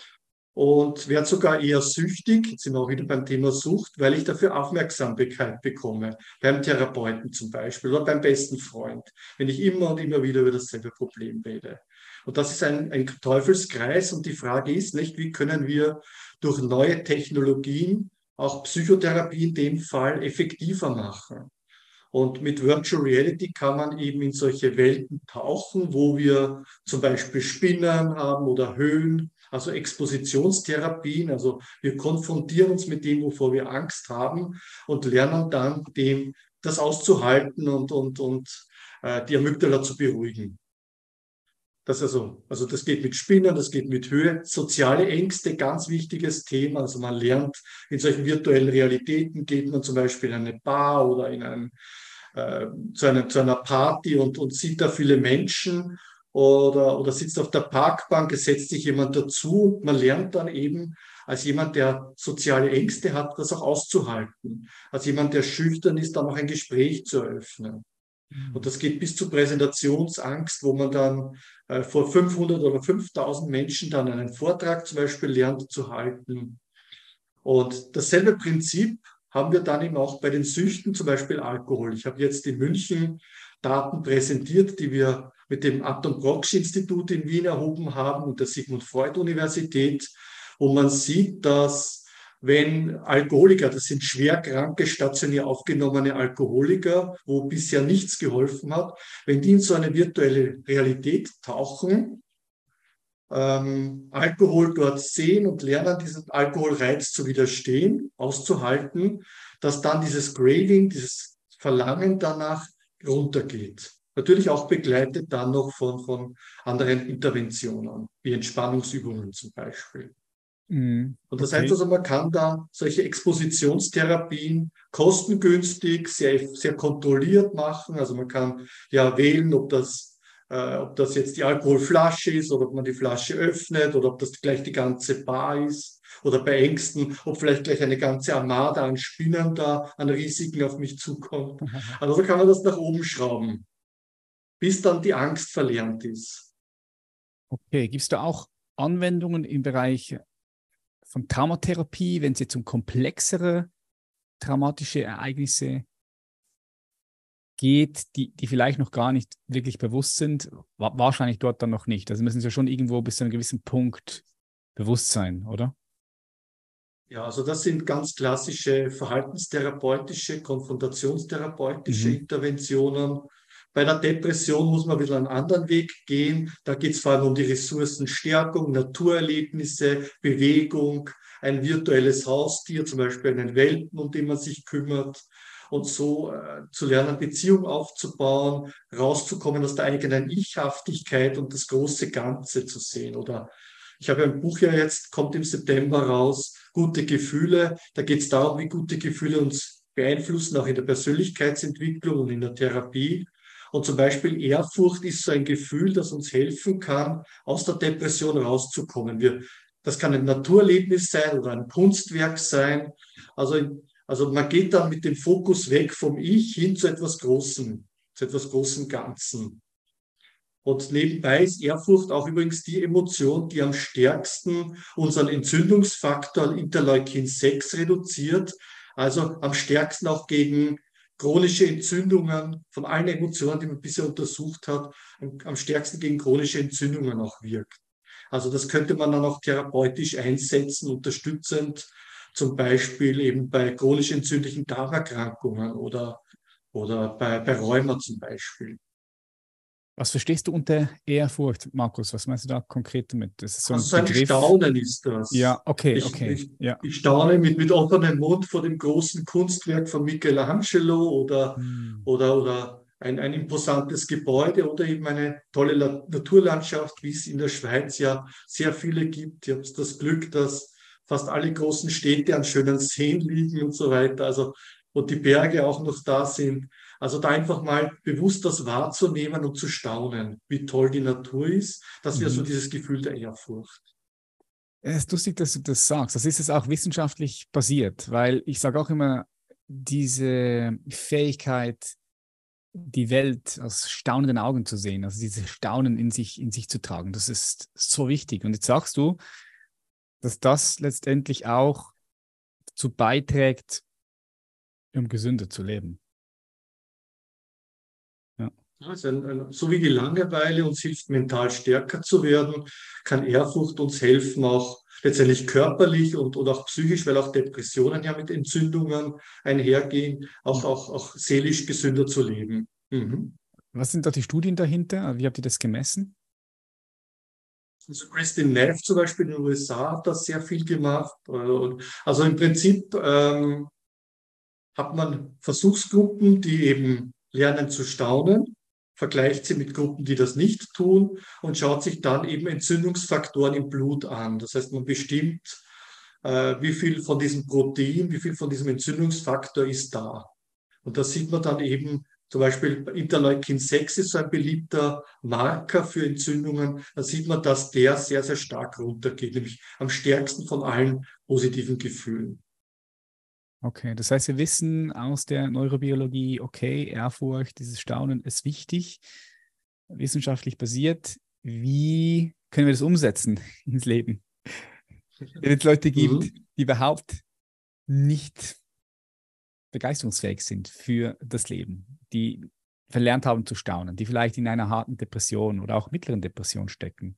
und werde sogar eher süchtig, jetzt sind wir auch wieder beim Thema Sucht, weil ich dafür Aufmerksamkeit bekomme, beim Therapeuten zum Beispiel oder beim besten Freund, wenn ich immer und immer wieder über dasselbe Problem rede. Und das ist ein, ein Teufelskreis und die Frage ist, nicht, wie können wir durch neue Technologien auch Psychotherapie in dem Fall effektiver machen. Und mit Virtual Reality kann man eben in solche Welten tauchen, wo wir zum Beispiel Spinnen haben oder Höhen, also Expositionstherapien. Also wir konfrontieren uns mit dem, wovor wir Angst haben und lernen dann, dem das auszuhalten und, und, und äh, die Amygdala zu beruhigen. Das also, also das geht mit Spinnen, das geht mit Höhe. Soziale Ängste, ganz wichtiges Thema. Also man lernt in solchen virtuellen Realitäten, geht man zum Beispiel in eine Bar oder in einen, äh, zu, einer, zu einer Party und, und sieht da viele Menschen oder, oder sitzt auf der Parkbank, es setzt sich jemand dazu. Man lernt dann eben als jemand, der soziale Ängste hat, das auch auszuhalten. Als jemand, der schüchtern ist, dann auch ein Gespräch zu eröffnen. Und das geht bis zu Präsentationsangst, wo man dann äh, vor fünfhundert oder fünftausend Menschen dann einen Vortrag zum Beispiel lernt zu halten. Und dasselbe Prinzip haben wir dann eben auch bei den Süchten, zum Beispiel Alkohol. Ich habe jetzt in München Daten präsentiert, die wir mit dem Anton Brocksch-Institut in Wien erhoben haben und der Sigmund Freud-Universität, wo man sieht, dass wenn Alkoholiker, das sind schwerkranke, stationär aufgenommene Alkoholiker, wo bisher nichts geholfen hat, wenn die in so eine virtuelle Realität tauchen, ähm, Alkohol dort sehen und lernen, diesem Alkoholreiz zu widerstehen, auszuhalten, dass dann dieses Craving, dieses Verlangen danach runtergeht. Natürlich auch begleitet dann noch von, von anderen Interventionen, wie Entspannungsübungen zum Beispiel. Mm, Und das okay. heißt also, man kann da solche Expositionstherapien kostengünstig, sehr, sehr kontrolliert machen. Also man kann ja wählen, ob das, äh, ob das jetzt die Alkoholflasche ist oder ob man die Flasche öffnet oder ob das gleich die ganze Bar ist. Oder bei Ängsten, ob vielleicht gleich eine ganze Armada an Spinnen da, an Risiken auf mich zukommt. Also so kann man das nach oben schrauben, bis dann die Angst verlernt ist. Okay, gibt es da auch Anwendungen im Bereich von Traumatherapie, wenn es jetzt um komplexere traumatische Ereignisse geht, die, die vielleicht noch gar nicht wirklich bewusst sind? Wa- wahrscheinlich dort dann noch nicht. Also müssen sie ja schon irgendwo bis zu einem gewissen Punkt bewusst sein, oder? Ja, also das sind ganz klassische verhaltenstherapeutische, konfrontationstherapeutische Mhm. Interventionen. Bei der Depression muss man ein bisschen einen anderen Weg gehen. Da geht es vor allem um die Ressourcenstärkung, Naturerlebnisse, Bewegung, ein virtuelles Haustier, zum Beispiel einen Welpen, um den man sich kümmert. Und so äh, zu lernen, Beziehung aufzubauen, rauszukommen aus der eigenen Ichhaftigkeit und das große Ganze zu sehen. Oder ich habe ein Buch ja jetzt, kommt im September raus, Gute Gefühle. Da geht es darum, wie gute Gefühle uns beeinflussen, auch in der Persönlichkeitsentwicklung und in der Therapie. Und zum Beispiel Ehrfurcht ist so ein Gefühl, das uns helfen kann, aus der Depression rauszukommen. Wir, das kann ein Naturerlebnis sein oder ein Kunstwerk sein. Also, also man geht dann mit dem Fokus weg vom Ich hin zu etwas Großem, zu etwas großen Ganzen. Und nebenbei ist Ehrfurcht auch übrigens die Emotion, die am stärksten unseren Entzündungsfaktor Interleukin sechs reduziert, also am stärksten auch gegen chronische Entzündungen von allen Emotionen, die man bisher untersucht hat, am stärksten gegen chronische Entzündungen auch wirkt. Also das könnte man dann auch therapeutisch einsetzen, unterstützend, zum Beispiel eben bei chronisch entzündlichen Darmerkrankungen oder, oder bei, bei Rheuma zum Beispiel. Was verstehst du unter Ehrfurcht, Markus? Was meinst du da konkret damit? Das ist so Also ein so ein Begriff. Staunen ist das. Ja, okay, Ich, okay. ich, Ja. ich staune mit, mit offenem Mund vor dem großen Kunstwerk von Michelangelo oder, Hm. oder, oder ein, ein imposantes Gebäude oder eben eine tolle La Naturlandschaft, wie es in der Schweiz ja sehr viele gibt. Ich habe das Glück, dass fast alle großen Städte an schönen Seen liegen und so weiter. Also, und die Berge auch noch da sind. Also da einfach mal bewusst das wahrzunehmen und zu staunen, wie toll die Natur ist. Das wäre so Mhm. dieses Gefühl der Ehrfurcht. Es ist lustig, dass du das sagst. Das ist es auch wissenschaftlich basiert, weil ich sage auch immer, diese Fähigkeit, die Welt aus staunenden Augen zu sehen, also dieses Staunen in sich, in sich zu tragen, das ist so wichtig. Und jetzt sagst du, dass das letztendlich auch dazu beiträgt, um gesünder zu leben. Ja. Also ein, ein, so wie die Langeweile uns hilft, mental stärker zu werden, kann Ehrfurcht uns helfen, auch letztendlich körperlich und, und auch psychisch, weil auch Depressionen ja mit Entzündungen einhergehen, auch, auch, auch seelisch gesünder zu leben. Mhm. Was sind da die Studien dahinter? Wie habt ihr das gemessen? Also Kristin Neff zum Beispiel in den U S A hat das sehr viel gemacht. Also im Prinzip ähm, hat man Versuchsgruppen, die eben lernen zu staunen, vergleicht sie mit Gruppen, die das nicht tun und schaut sich dann eben Entzündungsfaktoren im Blut an. Das heißt, man bestimmt, äh, wie viel von diesem Protein, wie viel von diesem Entzündungsfaktor ist da. Und da sieht man dann eben, zum Beispiel Interleukin sechs ist so ein beliebter Marker für Entzündungen. Da sieht man, dass der sehr, sehr stark runtergeht, nämlich am stärksten von allen positiven Gefühlen. Okay, das heißt, wir wissen aus der Neurobiologie, okay, Ehrfurcht, dieses Staunen ist wichtig, wissenschaftlich basiert. Wie können wir das umsetzen ins Leben? Wenn es Leute gibt, Mhm. die überhaupt nicht begeisterungsfähig sind für das Leben, die verlernt haben zu staunen, die vielleicht in einer harten Depression oder auch mittleren Depression stecken.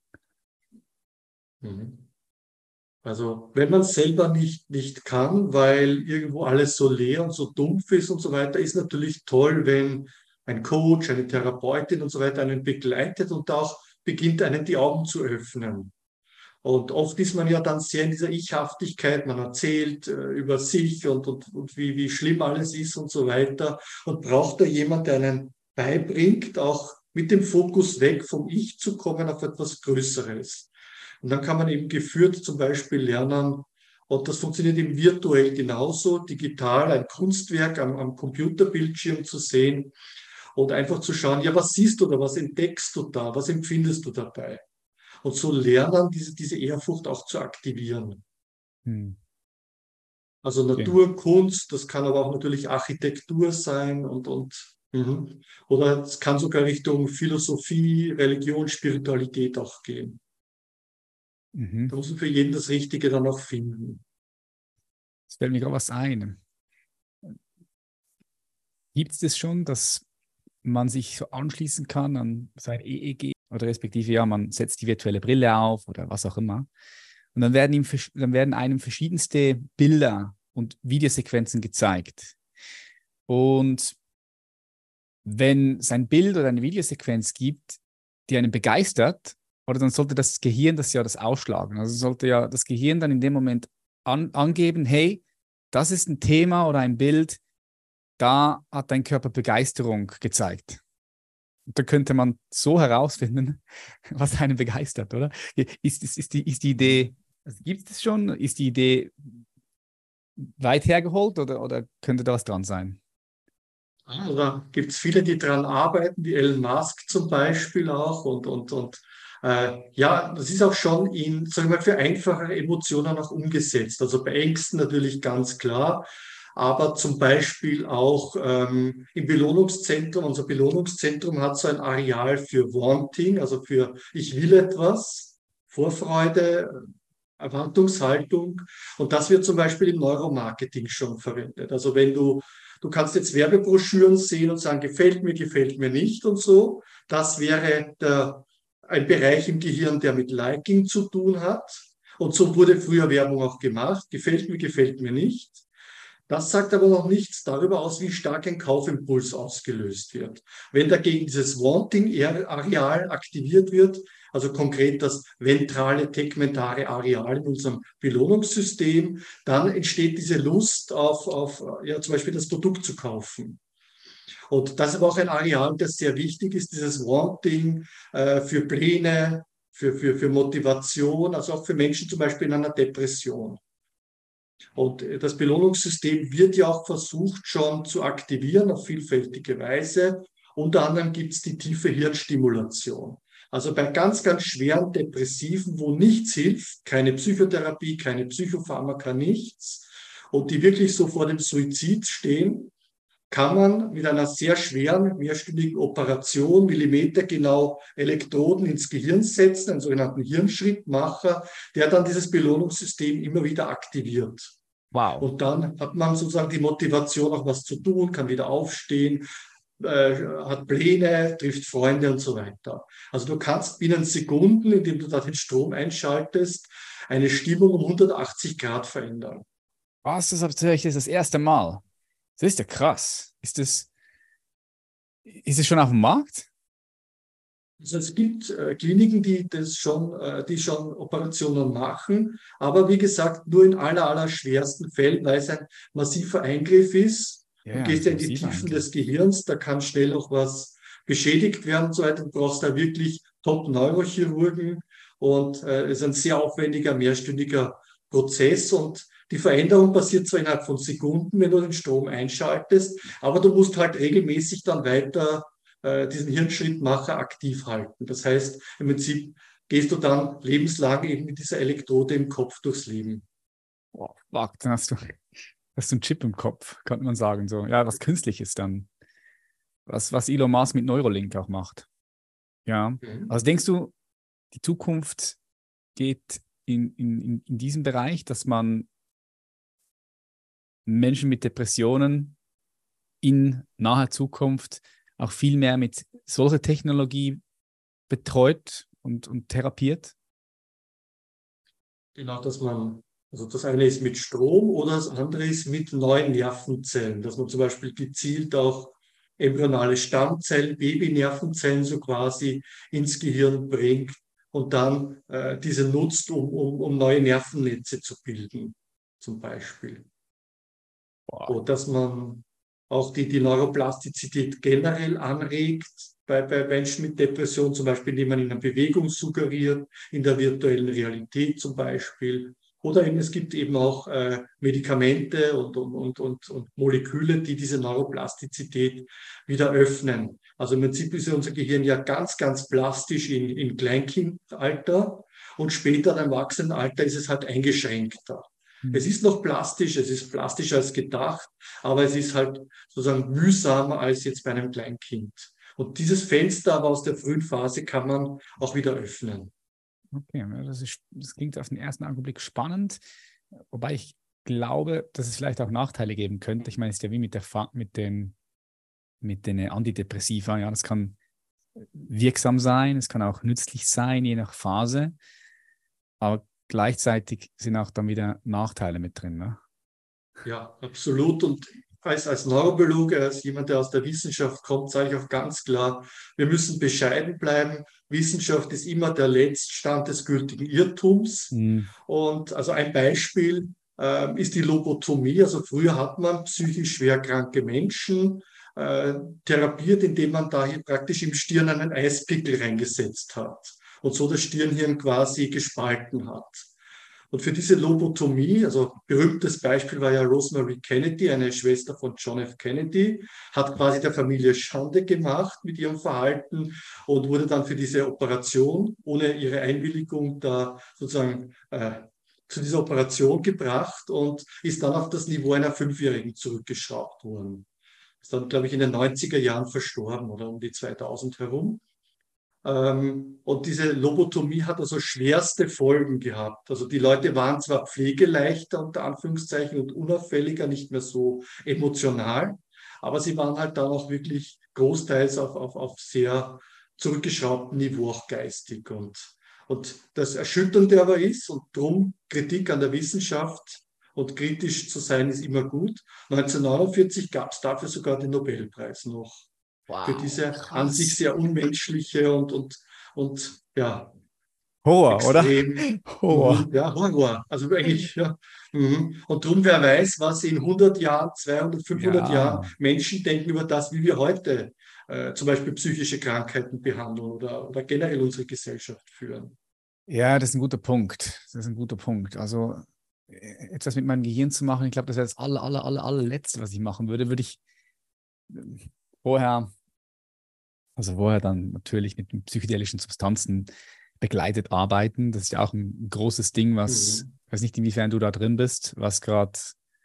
Mhm. Also wenn man es selber nicht, nicht kann, weil irgendwo alles so leer und so dumpf ist und so weiter, ist natürlich toll, wenn ein Coach, eine Therapeutin und so weiter einen begleitet und auch beginnt, einen die Augen zu öffnen. Und oft ist man ja dann sehr in dieser Ich-Haftigkeit, man erzählt äh, über sich und, und, und wie, wie schlimm alles ist und so weiter und braucht da jemand, der einen beibringt, auch mit dem Fokus weg vom Ich zu kommen auf etwas Größeres. Und dann kann man eben geführt zum Beispiel lernen, und das funktioniert eben virtuell genauso, digital ein Kunstwerk am, am Computerbildschirm zu sehen und einfach zu schauen, ja, was siehst du da, was entdeckst du da, was empfindest du dabei? Und so lernen, diese, diese Ehrfurcht auch zu aktivieren. Hm. Also Okay. Natur, Kunst, das kann aber auch natürlich Architektur sein und, und mhm. Oder es kann sogar Richtung Philosophie, Religion, Spiritualität auch gehen. Mhm. Da muss man für jeden das Richtige dann auch finden. Es fällt mir gerade was ein. Gibt es das schon, dass man sich so anschließen kann an sein E E G oder respektive, ja, man setzt die virtuelle Brille auf oder was auch immer. Und dann werden, ihm, dann werden einem verschiedenste Bilder und Videosequenzen gezeigt. Und wenn es ein Bild oder eine Videosequenz gibt, die einen begeistert, oder dann sollte das Gehirn das ja das ausschlagen. Also sollte ja das Gehirn dann in dem Moment an, angeben, hey, das ist ein Thema oder ein Bild, da hat dein Körper Begeisterung gezeigt. Und da könnte man so herausfinden, was einen begeistert, oder? Ist, ist, ist, die, ist die Idee, also gibt es das schon? Ist die Idee weit hergeholt oder, oder könnte da was dran sein? Also da gibt es viele, die dran arbeiten, wie Elon Musk zum Beispiel auch. Und, und, und äh, ja, das ist auch schon in, sagen wir mal, für einfachere Emotionen auch umgesetzt. Also bei Ängsten natürlich ganz klar, aber zum Beispiel auch ähm, im Belohnungszentrum. Unser Belohnungszentrum hat so ein Areal für Wanting, also für ich will etwas, Vorfreude, Erwartungshaltung. Und das wird zum Beispiel im Neuromarketing schon verwendet. Also wenn du Du kannst jetzt Werbebroschüren sehen und sagen, gefällt mir, gefällt mir nicht und so. Das wäre der, ein Bereich im Gehirn, der mit Liking zu tun hat. Und so wurde früher Werbung auch gemacht. Gefällt mir, gefällt mir nicht. Das sagt aber noch nichts darüber aus, wie stark ein Kaufimpuls ausgelöst wird. Wenn dagegen dieses Wanting-Areal aktiviert wird, also konkret das ventrale tegmentare Areal in unserem Belohnungssystem, dann entsteht diese Lust auf, auf ja, zum Beispiel das Produkt zu kaufen. Und das ist aber auch ein Areal, das sehr wichtig ist, dieses Wanting äh, für Pläne, für, für, für Motivation, also auch für Menschen zum Beispiel in einer Depression. Und das Belohnungssystem wird ja auch versucht schon zu aktivieren auf vielfältige Weise. Unter anderem gibt es die tiefe Hirnstimulation. Also bei ganz, ganz schweren Depressiven, wo nichts hilft, keine Psychotherapie, keine Psychopharmaka, nichts, und die wirklich so vor dem Suizid stehen, kann man mit einer sehr schweren, mehrstündigen Operation millimetergenau Elektroden ins Gehirn setzen, einen sogenannten Hirnschrittmacher, der dann dieses Belohnungssystem immer wieder aktiviert. Wow. Und dann hat man sozusagen die Motivation, auch was zu tun, kann wieder aufstehen, äh, hat Pläne, trifft Freunde und so weiter. Also du kannst binnen Sekunden, indem du da den Strom einschaltest, eine Stimmung um hundertachtzig Grad verändern. Was, das höre ich das das erste Mal. Das ist ja krass. Ist das, ist es schon auf dem Markt? Also es gibt äh, Kliniken, die das schon, äh, die schon Operationen machen, aber wie gesagt, nur in aller, aller schwersten Fällen, weil es ein massiver Eingriff ist. Ja, Du ja, gehst ja in die massiver Tiefen Eingriff. des Gehirns, da kann schnell auch was beschädigt werden und so weiter. Du brauchst da wirklich Top-Neurochirurgen und äh, es ist ein sehr aufwendiger, mehrstündiger Prozess und die Veränderung passiert zwar innerhalb von Sekunden, wenn du den Strom einschaltest, aber du musst halt regelmäßig dann weiter äh, diesen Hirnschrittmacher aktiv halten. Das heißt, im Prinzip gehst du dann lebenslang eben mit dieser Elektrode im Kopf durchs Leben. Wow, fuck, dann hast du, hast du einen Chip im Kopf, könnte man sagen. So. Ja, was Künstliches dann. Was, was Elon Musk mit Neuralink auch macht. Ja. Mhm. Also denkst du, die Zukunft geht in, in, in diesem Bereich, dass man Menschen mit Depressionen in naher Zukunft auch viel mehr mit solcher Technologie betreut und, und therapiert? Genau, dass man, also das eine ist mit Strom oder das andere ist mit neuen Nervenzellen, dass man zum Beispiel gezielt auch embryonale Stammzellen, Babynervenzellen so quasi ins Gehirn bringt und dann äh, diese nutzt, um, um, um neue Nervennetze zu bilden, zum Beispiel. Boah. Oder dass man auch die, die Neuroplastizität generell anregt bei, bei Menschen mit Depression, zum Beispiel, indem man ihnen Bewegung suggeriert, in der virtuellen Realität zum Beispiel. Oder eben, es gibt eben auch äh, Medikamente und, und, und, und Moleküle, die diese Neuroplastizität wieder öffnen. Also im Prinzip ist ja unser Gehirn ja ganz, ganz plastisch in, in Kleinkindalter und später im Erwachsenenalter ist es halt eingeschränkter. Es ist noch plastisch, es ist plastischer als gedacht, aber es ist halt sozusagen mühsamer als jetzt bei einem Kleinkind. Und dieses Fenster aber aus der frühen Phase kann man auch wieder öffnen. Okay, das, ist, das klingt auf den ersten Augenblick spannend, wobei ich glaube, dass es vielleicht auch Nachteile geben könnte. Ich meine, es ist ja wie mit, der, mit, dem, mit den Antidepressiva, ja, das kann wirksam sein, es kann auch nützlich sein, je nach Phase, aber gleichzeitig sind auch dann wieder Nachteile mit drin. Ne? Ja, absolut. Und als, als Neurobiologe, als jemand, der aus der Wissenschaft kommt, sage ich auch ganz klar, wir müssen bescheiden bleiben. Wissenschaft ist immer der Letztstand des gültigen Irrtums. Mhm. Und also ein Beispiel äh, ist die Lobotomie. Also früher hat man psychisch schwerkranke Menschen äh, therapiert, indem man da hier praktisch im Stirn einen Eispickel reingesetzt hat und so das Stirnhirn quasi gespalten hat. Und für diese Lobotomie, also berühmtes Beispiel war ja Rosemary Kennedy, eine Schwester von John F. Kennedy, hat quasi der Familie Schande gemacht mit ihrem Verhalten und wurde dann für diese Operation ohne ihre Einwilligung da sozusagen äh, zu dieser Operation gebracht und ist dann auf das Niveau einer Fünfjährigen zurückgeschraubt worden. Ist dann, glaube ich, in den neunziger Jahren verstorben oder um die zweitausend herum. Ähm, und diese Lobotomie hat also schwerste Folgen gehabt. Also die Leute waren zwar pflegeleichter unter Anführungszeichen und unauffälliger, nicht mehr so emotional, aber sie waren halt dann auch wirklich großteils auf, auf, auf sehr zurückgeschraubten Niveau auch geistig. Und, und das Erschütternde aber ist, und darum Kritik an der Wissenschaft und kritisch zu sein ist immer gut. neunzehnhundertneunundvierzig gab es dafür sogar den Nobelpreis noch. Für Wow, diese an sich krass. sehr unmenschliche und, und, und ja, Horror, oder? extrem, Horror. mhm, ja, Horror. Also eigentlich, ja. Mhm. Und darum, wer weiß, was in hundert Jahren, zweihundert, fünfhundert Jahren Ja, Menschen denken über das, wie wir heute äh, zum Beispiel psychische Krankheiten behandeln oder, oder generell unsere Gesellschaft führen. ja, das ist ein guter Punkt. Das ist ein guter Punkt. Also äh, etwas mit meinem Gehirn zu machen, ich glaube, das wäre das aller, aller, aller, allerletzte, was ich machen würde, würde ich äh, vorher, also vorher dann natürlich mit den psychedelischen Substanzen begleitet arbeiten. Das ist ja auch ein großes Ding, was, Mhm. ich weiß nicht, inwiefern du da drin bist, was gerade,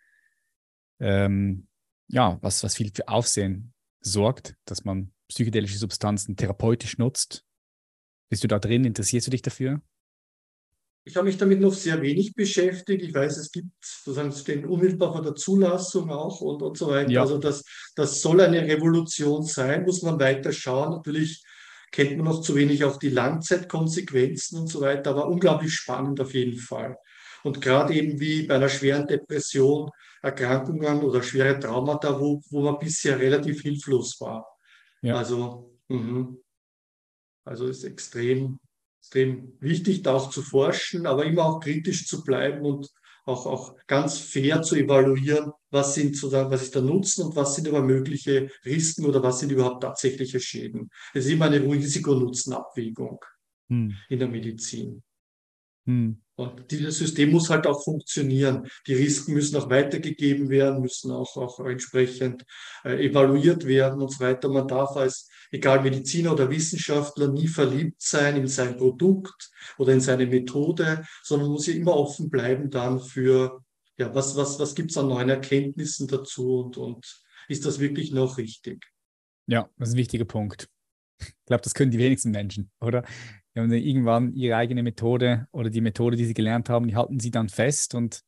ähm, ja, was, was viel für Aufsehen sorgt, dass man psychedelische Substanzen therapeutisch nutzt. Bist du da drin? Interessierst du dich dafür? Ich habe mich damit noch sehr wenig beschäftigt. Ich weiß, es gibt sozusagen stehen unmittelbar vor der Zulassung auch und, und so weiter. Ja, Also das, das soll eine Revolution sein, muss man weiter schauen. Natürlich kennt man noch zu wenig auch die Langzeitkonsequenzen und so weiter, aber unglaublich spannend auf jeden Fall. Und gerade eben wie bei einer schweren Depression, Erkrankungen oder schwere Traumata, wo, wo man bisher relativ hilflos war. ja. Also, mhm. Also ist extrem, extrem wichtig, da auch zu forschen, aber immer auch kritisch zu bleiben und auch, auch ganz fair zu evaluieren, was sind sozusagen, was ist der Nutzen und was sind aber mögliche Risiken oder was sind überhaupt tatsächliche Schäden. Es ist immer eine Risiko-Nutzen-Abwägung Hm. in der Medizin. Hm. Und dieses System muss halt auch funktionieren. Die Risiken müssen auch weitergegeben werden, müssen auch, auch entsprechend äh, evaluiert werden und so weiter. Man darf als, egal Mediziner oder Wissenschaftler, nie verliebt sein in sein Produkt oder in seine Methode, sondern muss ja immer offen bleiben dann für, ja, was, was, was gibt es an neuen Erkenntnissen dazu und, und ist das wirklich noch richtig? Ja, das ist ein wichtiger Punkt. Ich glaube, das können die wenigsten Menschen, oder? Die haben dann irgendwann ihre eigene Methode oder die Methode, die sie gelernt haben, die halten sie dann fest und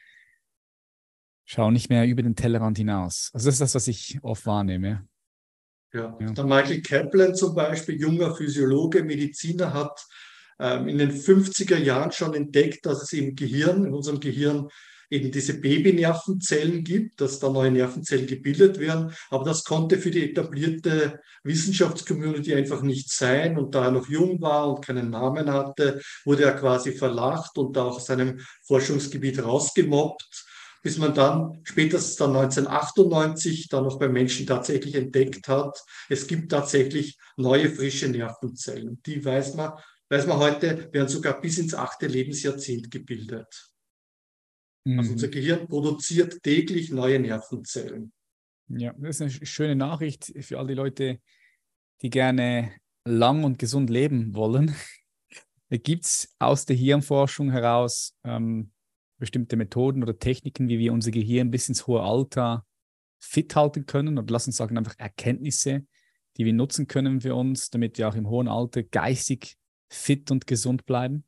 schauen nicht mehr über den Tellerrand hinaus. Also das ist das, was ich oft wahrnehme. Ja, Ja, der Michael Kaplan zum Beispiel, junger Physiologe, Mediziner, hat ähm, in den fünfziger Jahren schon entdeckt, dass es im Gehirn, in unserem Gehirn, eben diese Babynervenzellen gibt, dass da neue Nervenzellen gebildet werden. Aber das konnte für die etablierte Wissenschaftscommunity einfach nicht sein. Und da er noch jung war und keinen Namen hatte, wurde er quasi verlacht und da aus seinem Forschungsgebiet rausgemobbt, bis man dann spätestens dann neunzehnhundertachtundneunzig dann noch bei Menschen tatsächlich entdeckt hat, es gibt tatsächlich neue frische Nervenzellen. Die weiß man, weiß man heute, werden sogar bis ins achte Lebensjahrzehnt gebildet. Also unser mhm. Gehirn produziert täglich neue Nervenzellen. Ja, das ist eine sch- schöne Nachricht für all die Leute, die gerne lang und gesund leben wollen. Gibt es aus der Hirnforschung heraus ähm, bestimmte Methoden oder Techniken, wie wir unser Gehirn bis ins hohe Alter fit halten können? Oder lass uns sagen, einfach Erkenntnisse, die wir nutzen können für uns, damit wir auch im hohen Alter geistig fit und gesund bleiben?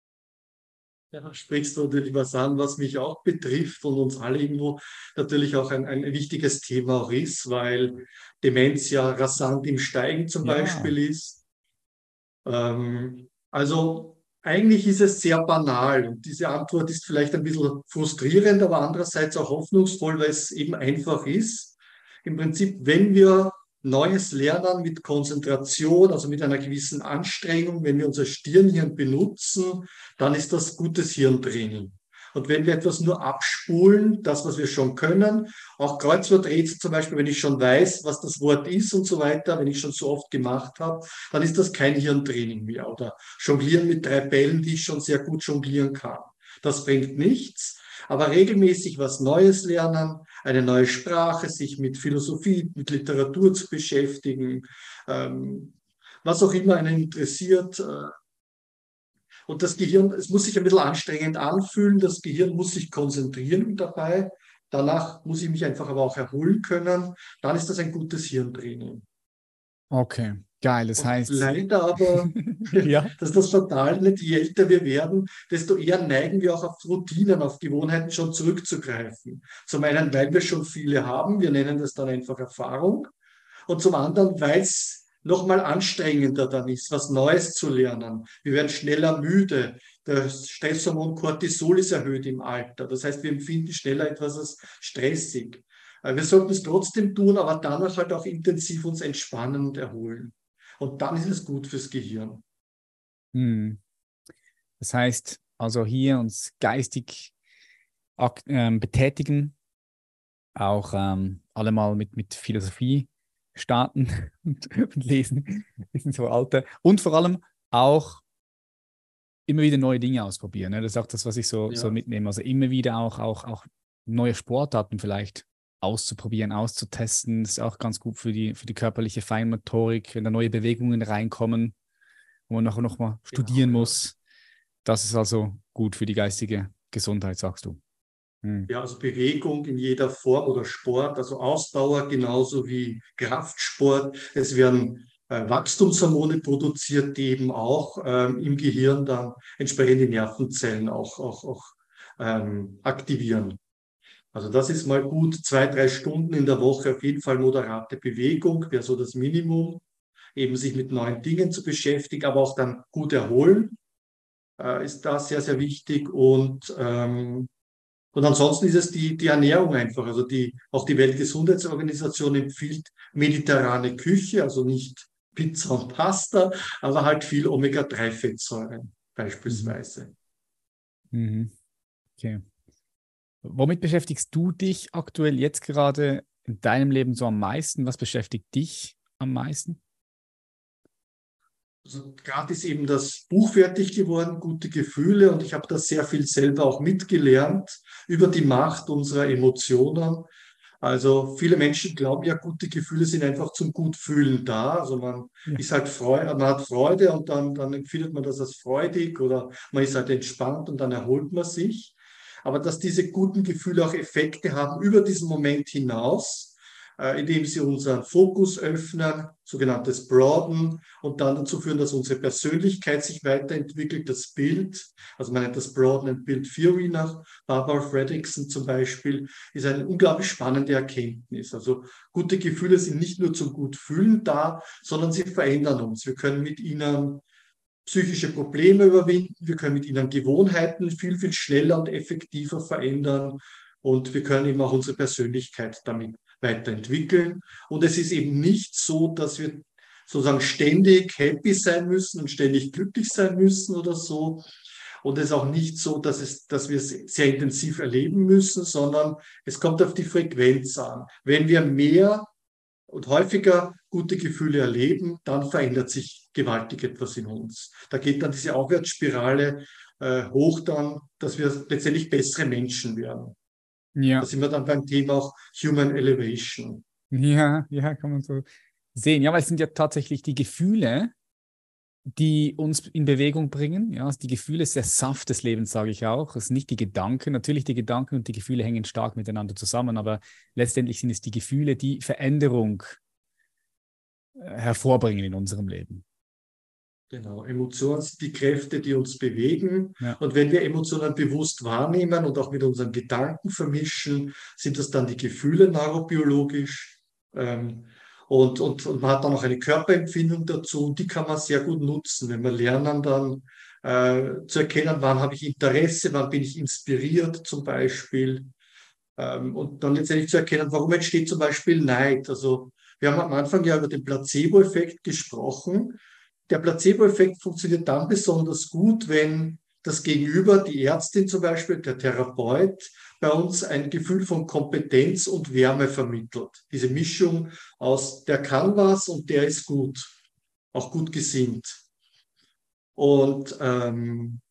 Ja, sprichst du natürlich was an, was mich auch betrifft und uns alle irgendwo natürlich auch ein, ein wichtiges Thema auch ist, weil Demenz ja rasant im Steigen zum Ja, Beispiel ist. Ähm, also eigentlich ist es sehr banal und diese Antwort ist vielleicht ein bisschen frustrierend, aber andererseits auch hoffnungsvoll, weil es eben einfach ist. Im Prinzip, wenn wir Neues lernen mit Konzentration, also mit einer gewissen Anstrengung, wenn wir unser Stirnhirn benutzen, dann ist das gutes Hirntraining. Und wenn wir etwas nur abspulen, das, was wir schon können, auch Kreuzworträtsel zum Beispiel, wenn ich schon weiß, was das Wort ist und so weiter, wenn ich schon so oft gemacht habe, dann ist das kein Hirntraining mehr. Oder Jonglieren mit drei Bällen, die ich schon sehr gut jonglieren kann. Das bringt nichts. Aber regelmäßig was Neues lernen, eine neue Sprache, sich mit Philosophie, mit Literatur zu beschäftigen, ähm, was auch immer einen interessiert. Äh, und das Gehirn, es muss sich ein bisschen anstrengend anfühlen, das Gehirn muss sich konzentrieren dabei. Danach muss ich mich einfach aber auch erholen können. Dann ist das ein gutes Hirntraining. okay, geil. Das Und heißt, leider aber, ja, das ist das Fatale, je älter wir werden, desto eher neigen wir auch auf Routinen, auf Gewohnheiten schon zurückzugreifen. Zum einen, weil wir schon viele haben, wir nennen das dann einfach Erfahrung. Und zum anderen, weil es nochmal anstrengender dann ist, was Neues zu lernen. Wir werden schneller müde. Das Stresshormon Cortisol ist erhöht im Alter. Das heißt, wir empfinden schneller etwas als stressig. Wir sollten es trotzdem tun, aber danach halt auch intensiv uns entspannen und erholen. Und dann ist es gut fürs Gehirn. Hm. Das heißt, also hier uns geistig ähm, betätigen, auch ähm, alle mal mit, mit Philosophie starten und, und lesen, bisschen so alte. Und vor allem auch immer wieder neue Dinge ausprobieren. Ne? Das ist auch das, was ich so, Ja. so mitnehme. Also immer wieder auch, auch, auch neue Sportarten vielleicht auszuprobieren, auszutesten. Das ist auch ganz gut für die, für die körperliche Feinmotorik, wenn da neue Bewegungen reinkommen, wo man nachher nochmal studieren Genau, ja. muss. Das ist also gut für die geistige Gesundheit, sagst du. Hm. Ja, also Bewegung in jeder Form oder Sport, also Ausdauer genauso wie Kraftsport. Es werden äh, Wachstumshormone produziert, die eben auch ähm, im Gehirn dann entsprechende Nervenzellen auch, auch, auch ähm, aktivieren. Also das ist mal gut, zwei, drei Stunden in der Woche auf jeden Fall moderate Bewegung, wäre so das Minimum. Eben sich mit neuen Dingen zu beschäftigen, aber auch dann gut erholen, äh, ist da sehr, sehr wichtig. Und ähm, Und ansonsten ist es die, die Ernährung einfach. Also die, auch die Weltgesundheitsorganisation empfiehlt mediterrane Küche, also nicht Pizza und Pasta, aber halt viel Omega drei Fettsäuren beispielsweise. Mhm. Okay. Womit beschäftigst du dich aktuell jetzt gerade in deinem Leben so am meisten? Was beschäftigt dich am meisten? Also gerade ist eben das Buch fertig geworden, Gute Gefühle, und ich habe da sehr viel selber auch mitgelernt über die Macht unserer Emotionen. Also viele Menschen glauben ja, gute Gefühle sind einfach zum Gutfühlen da. Also man Ja. ist halt Freude, man hat Freude und dann, dann empfindet man das als freudig oder man ist halt entspannt und dann erholt man sich. Aber dass diese guten Gefühle auch Effekte haben über diesen Moment hinaus, äh, indem sie unseren Fokus öffnen, sogenanntes Broaden, und dann dazu führen, dass unsere Persönlichkeit sich weiterentwickelt, das Bild, also man nennt das Broaden and Build Theory nach Barbara Fredrickson zum Beispiel, ist eine unglaublich spannende Erkenntnis. Also gute Gefühle sind nicht nur zum Gutfühlen da, sondern sie verändern uns. Wir können mit ihnen psychische Probleme überwinden, wir können mit ihnen Gewohnheiten viel, viel schneller und effektiver verändern und wir können eben auch unsere Persönlichkeit damit weiterentwickeln. Und es ist eben nicht so, dass wir sozusagen ständig happy sein müssen und ständig glücklich sein müssen oder so. Und es ist auch nicht so, dass, es, dass wir es sehr intensiv erleben müssen, sondern es kommt auf die Frequenz an. Wenn wir mehr und häufiger gute Gefühle erleben, dann verändert sich gewaltig etwas in uns. Da geht dann diese Aufwärtsspirale äh, hoch dann, dass wir letztendlich bessere Menschen werden. Da Ja. sind wir dann beim Thema auch Human Elevation. Ja, ja, kann man so sehen. Ja, weil es sind ja tatsächlich die Gefühle, die uns in Bewegung bringen. Ja, also die Gefühle ist der Saft des Lebens, sage ich auch. Es sind nicht die Gedanken. Natürlich, die Gedanken und die Gefühle hängen stark miteinander zusammen, aber letztendlich sind es die Gefühle, die Veränderung äh, hervorbringen in unserem Leben. Genau, Emotionen sind die Kräfte, die uns bewegen. Ja. Und wenn wir Emotionen bewusst wahrnehmen und auch mit unseren Gedanken vermischen, sind das dann die Gefühle neurobiologisch. Ähm, und, und, und man hat dann auch eine Körperempfindung dazu, und die kann man sehr gut nutzen, wenn wir lernen dann äh, zu erkennen, wann habe ich Interesse, wann bin ich inspiriert zum Beispiel. Ähm, und dann letztendlich zu erkennen, warum entsteht zum Beispiel Neid. Also wir haben am Anfang ja über den Placebo-Effekt gesprochen. Der Placebo-Effekt funktioniert dann besonders gut, wenn das Gegenüber, die Ärztin zum Beispiel, der Therapeut, bei uns ein Gefühl von Kompetenz und Wärme vermittelt. Diese Mischung aus, der kann was und der ist gut, auch gut gesinnt. Und ähm,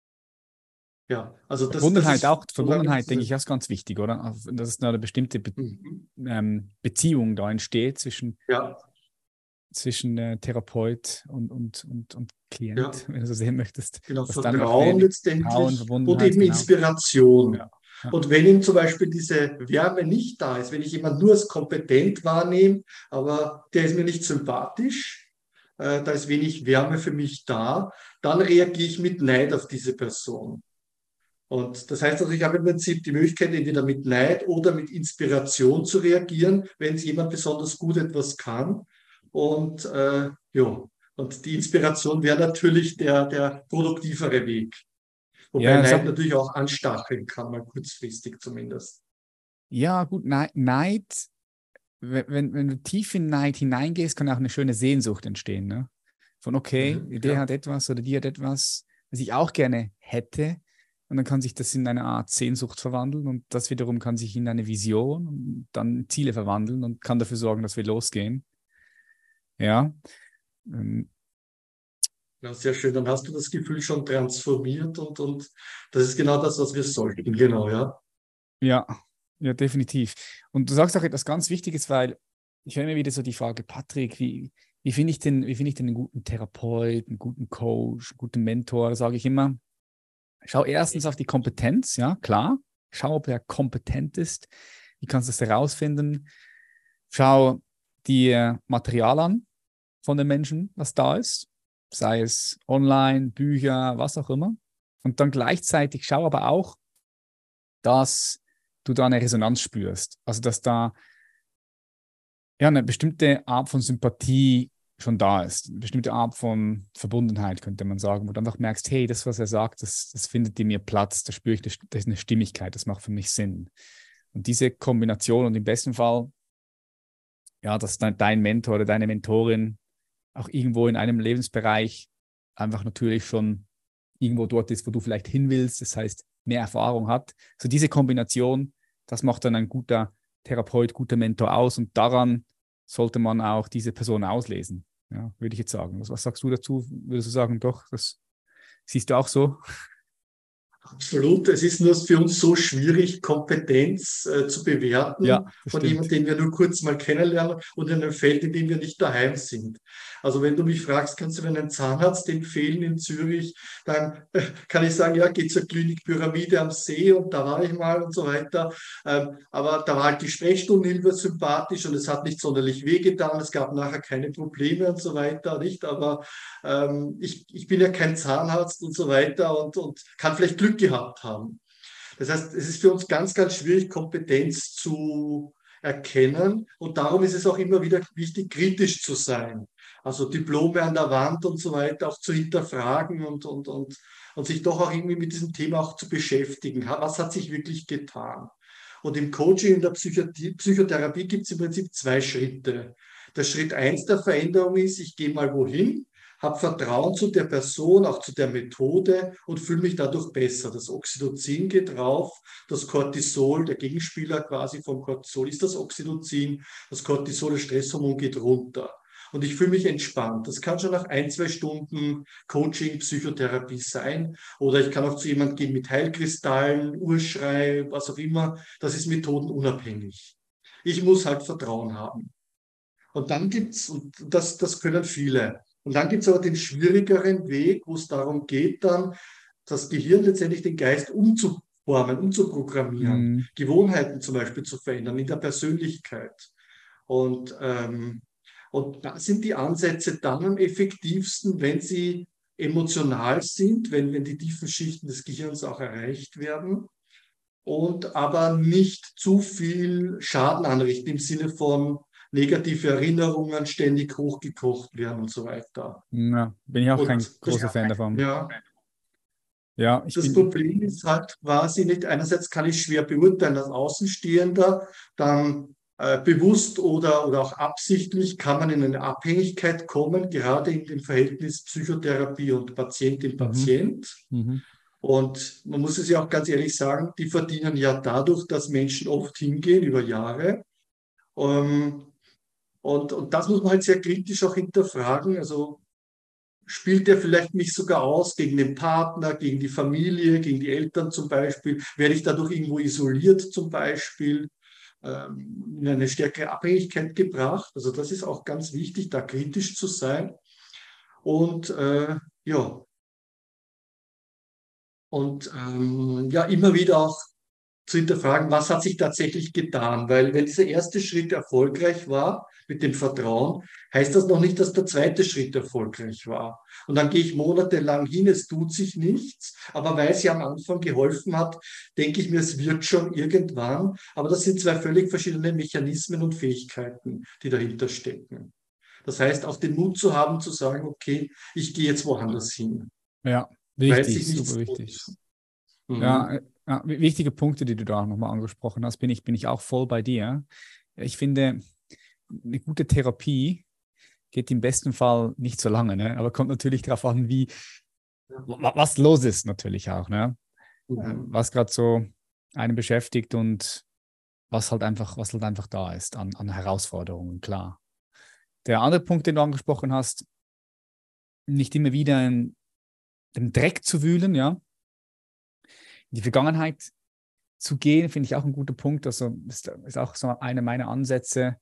ja, also das, das Verbundenheit ist auch, sozusagen Verbundenheit, denke ich, diese, ist ganz wichtig, oder? Also, dass es eine bestimmte Be mhm. ähm, Beziehung da entsteht zwischen Ja, zwischen äh, Therapeut und, und, und, und Klient, ja. wenn du so sehen möchtest, Genau, was dann noch Vertrauen eine Vertrauen, letztendlich und Verbundenheit, eben genau. Inspiration. Ja. Ja. Und wenn ihm zum Beispiel diese Wärme nicht da ist, wenn ich jemanden nur als kompetent wahrnehme, aber der ist mir nicht sympathisch, äh, da ist wenig Wärme für mich da, dann reagiere ich mit Neid auf diese Person. Und das heißt also, ich habe im Prinzip die Möglichkeit, entweder mit Neid oder mit Inspiration zu reagieren, wenn jemand besonders gut etwas kann. Und äh, ja, und die Inspiration wäre natürlich der, der produktivere Weg. Wobei Ja, Neid sag, natürlich auch anstacheln kann, mal kurzfristig zumindest. ja, gut, Neid, Neid wenn, wenn wenn du tief in Neid hineingehst, kann auch eine schöne Sehnsucht entstehen, ne? Von, okay, Mhm, der ja. hat etwas oder die hat etwas, was ich auch gerne hätte. Und dann kann sich das in eine Art Sehnsucht verwandeln und das wiederum kann sich in eine Vision und dann Ziele verwandeln und kann dafür sorgen, dass wir losgehen. Ja, ähm, Ja, sehr schön. Dann hast du das Gefühl schon transformiert und, und das ist genau das, was wir sollten. Genau, ja. ja, ja, definitiv. Und du sagst auch etwas ganz Wichtiges, weil ich höre immer wieder so die Frage, Patrick, wie, wie finde ich denn, wie finde ich denn einen guten Therapeut, einen guten Coach, einen guten Mentor? Da sage ich immer, schau erstens auf die Kompetenz, ja, klar. Schau, ob er kompetent ist. Wie kannst du das herausfinden? Schau dir Material an von den Menschen, was da ist. Sei es online, Bücher, was auch immer. Und dann gleichzeitig schau aber auch, dass du da eine Resonanz spürst. Also, dass da ja eine bestimmte Art von Sympathie schon da ist. Eine bestimmte Art von Verbundenheit, könnte man sagen, wo du einfach merkst, hey, das, was er sagt, das, das findet in mir Platz, da spüre ich, das ist eine Stimmigkeit, das macht für mich Sinn. Und diese Kombination und im besten Fall, ja, dass dein, dein Mentor oder deine Mentorin auch irgendwo in einem Lebensbereich einfach natürlich schon irgendwo dort ist, wo du vielleicht hin willst, das heißt, mehr Erfahrung hat. So diese Kombination, das macht dann ein guter Therapeut, guter Mentor aus und daran sollte man auch diese Person auslesen, ja, würde ich jetzt sagen. Was, was sagst du dazu? Würdest du sagen, doch, das siehst du auch so? Absolut. Es ist nur für uns so schwierig, Kompetenz äh, zu Ja, bewerten das von stimmt. jemandem, den wir nur kurz mal kennenlernen und in einem Feld, in dem wir nicht daheim sind. Also wenn du mich fragst, kannst du mir einen Zahnarzt empfehlen in Zürich, dann äh, kann ich sagen, ja, geh zur Klinik Pyramide am See und da war ich mal und so weiter. Ähm, aber da war halt die Sprechstundenhilfe sympathisch und es hat nicht sonderlich wehgetan. Es gab nachher keine Probleme und so weiter, nicht? Aber ähm, ich, ich bin ja kein Zahnarzt und so weiter und, und kann vielleicht Glück gehabt haben. Das heißt, es ist für uns ganz, ganz schwierig, Kompetenz zu erkennen. Und darum ist es auch immer wieder wichtig, kritisch zu sein. Also Diplome an der Wand und so weiter auch zu hinterfragen und, und, und, und sich doch auch irgendwie mit diesem Thema auch zu beschäftigen. Was hat sich wirklich getan? Und im Coaching, in der Psychotherapie, Psychotherapie gibt es im Prinzip zwei Schritte. Der Schritt eins der Veränderung ist, ich gehe mal wohin, habe Vertrauen zu der Person, auch zu der Methode und fühle mich dadurch besser. Das Oxytocin geht rauf, das Cortisol, der Gegenspieler quasi vom Cortisol ist das Oxytocin, das Cortisol, das Stresshormon geht runter. Und ich fühle mich entspannt. Das kann schon nach ein, zwei Stunden Coaching, Psychotherapie sein. Oder ich kann auch zu jemandem gehen mit Heilkristallen, Urschrei, was auch immer. Das ist methodenunabhängig. Ich muss halt Vertrauen haben. Und dann gibt's, und das, das können viele. Und dann gibt's aber den schwierigeren Weg, wo es darum geht, dann das Gehirn letztendlich den Geist umzuformen, umzuprogrammieren, Mm, Gewohnheiten zum Beispiel zu verändern in der Persönlichkeit. Und, ähm, und da sind die Ansätze dann am effektivsten, wenn sie emotional sind, wenn, wenn die tiefen Schichten des Gehirns auch erreicht werden und aber nicht zu viel Schaden anrichten im Sinne von negative Erinnerungen ständig hochgekocht werden und so weiter. ja, bin ich auch kein Und das, großer Fan davon. ja, Ja, ich das bin, Problem ist halt quasi nicht, einerseits kann ich schwer beurteilen als Außenstehender, dann äh, bewusst oder, oder auch absichtlich kann man in eine Abhängigkeit kommen, gerade in dem Verhältnis Psychotherapie und mhm, Patientin-Patient. mhm. Und man muss es ja auch ganz ehrlich sagen, die verdienen ja dadurch, dass Menschen oft hingehen über Jahre. Ähm, und, und das muss man halt sehr kritisch auch hinterfragen. Also spielt der vielleicht mich sogar aus gegen den Partner, gegen die Familie, gegen die Eltern zum Beispiel? Werde ich dadurch irgendwo isoliert zum Beispiel, ähm, in eine stärkere Abhängigkeit gebracht? Also das ist auch ganz wichtig, da kritisch zu sein. Und äh, ja, und ähm, ja, immer wieder auch zu hinterfragen, was hat sich tatsächlich getan. Weil wenn dieser erste Schritt erfolgreich war mit dem Vertrauen, heißt das noch nicht, dass der zweite Schritt erfolgreich war. Und dann gehe ich monatelang hin, es tut sich nichts, aber weil es ja am Anfang geholfen hat, denke ich mir, es wird schon irgendwann. Aber das sind zwei völlig verschiedene Mechanismen und Fähigkeiten, die dahinter stecken. Das heißt, auch den Mut zu haben, zu sagen, okay, ich gehe jetzt woanders hin, Ja, weil sich wichtig, super nichts wichtig. tut. Ja, Mhm. äh, ja, wi- wichtige Punkte, die du da nochmal angesprochen hast, bin ich, bin ich auch voll bei dir. Ich finde, eine gute Therapie geht im besten Fall nicht so lange, ne? Aber kommt natürlich darauf an, wie, wa- was los ist natürlich auch, ne? Äh, Mhm. Was gerade so einen beschäftigt und was halt einfach, was halt einfach da ist an, an Herausforderungen, klar. Der andere Punkt, den du angesprochen hast, nicht immer wieder in dem Dreck zu wühlen, ja, in die Vergangenheit zu gehen, finde ich auch ein guter Punkt. Also ist, ist auch so einer meiner Ansätze,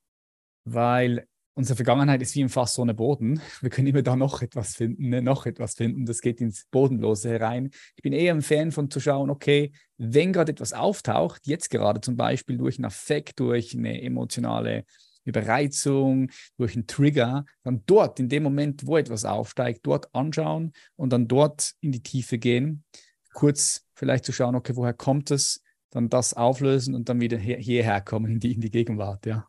weil unsere Vergangenheit ist wie ein Fass ohne Boden. Wir können immer da noch etwas finden, ne? noch etwas finden. Das geht ins Bodenlose herein. Ich bin eher ein Fan von zu schauen, okay, wenn gerade etwas auftaucht, jetzt gerade zum Beispiel durch einen Affekt, durch eine emotionale Überreizung, durch einen Trigger, dann dort, in dem Moment, wo etwas aufsteigt, dort anschauen und dann dort in die Tiefe gehen. Kurz vielleicht zu schauen, okay, woher kommt es? Dann das auflösen und dann wieder her hierher kommen in die, in die Gegenwart, ja.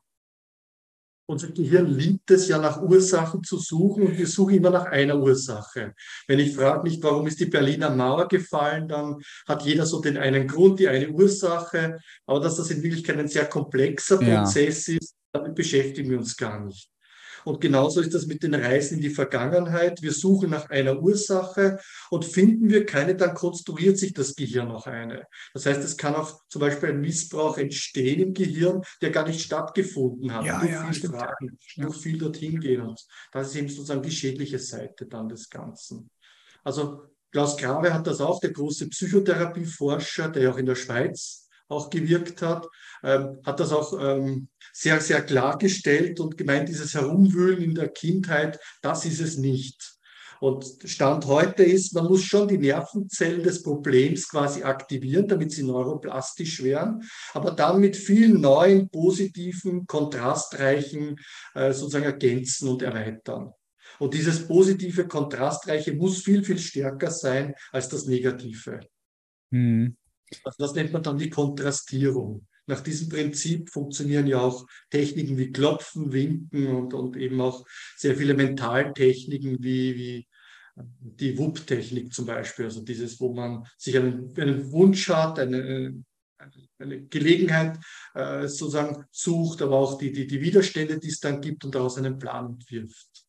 Unser Gehirn liebt es ja, nach Ursachen zu suchen und wir suchen immer nach einer Ursache. Wenn ich frage nicht, warum ist die Berliner Mauer gefallen, dann hat jeder so den einen Grund, die eine Ursache. Aber dass das in Wirklichkeit ein sehr komplexer Ja, Prozess ist, damit beschäftigen wir uns gar nicht. Und genauso ist das mit den Reisen in die Vergangenheit. Wir suchen nach einer Ursache und finden wir keine, dann konstruiert sich das Gehirn noch eine. Das heißt, es kann auch zum Beispiel ein Missbrauch entstehen im Gehirn, der gar nicht stattgefunden hat, ja, durch ja, viel stimmt. Fragen, Ja. durch viel dorthin gehen. Und das ist eben sozusagen die schädliche Seite dann des Ganzen. Also Klaus Grave hat das auch, der große Psychotherapieforscher, der ja auch in der Schweiz auch gewirkt hat, ähm, hat das auch ähm, sehr, sehr klargestellt und gemeint, dieses Herumwühlen in der Kindheit, das ist es nicht. Und Stand heute ist, man muss schon die Nervenzellen des Problems quasi aktivieren, damit sie neuroplastisch werden, aber dann mit vielen neuen, positiven, kontrastreichen äh, sozusagen ergänzen und erweitern. Und dieses positive, kontrastreiche muss viel, viel stärker sein als das Negative. Hm. Also das nennt man dann die Kontrastierung. Nach diesem Prinzip funktionieren ja auch Techniken wie Klopfen, Winken und, und eben auch sehr viele Mentaltechniken wie, wie die W U P-Technik zum Beispiel. Also dieses, wo man sich einen, einen Wunsch hat, eine, eine Gelegenheit äh, sozusagen sucht, aber auch die, die, die Widerstände, die es dann gibt und daraus einen Plan entwirft.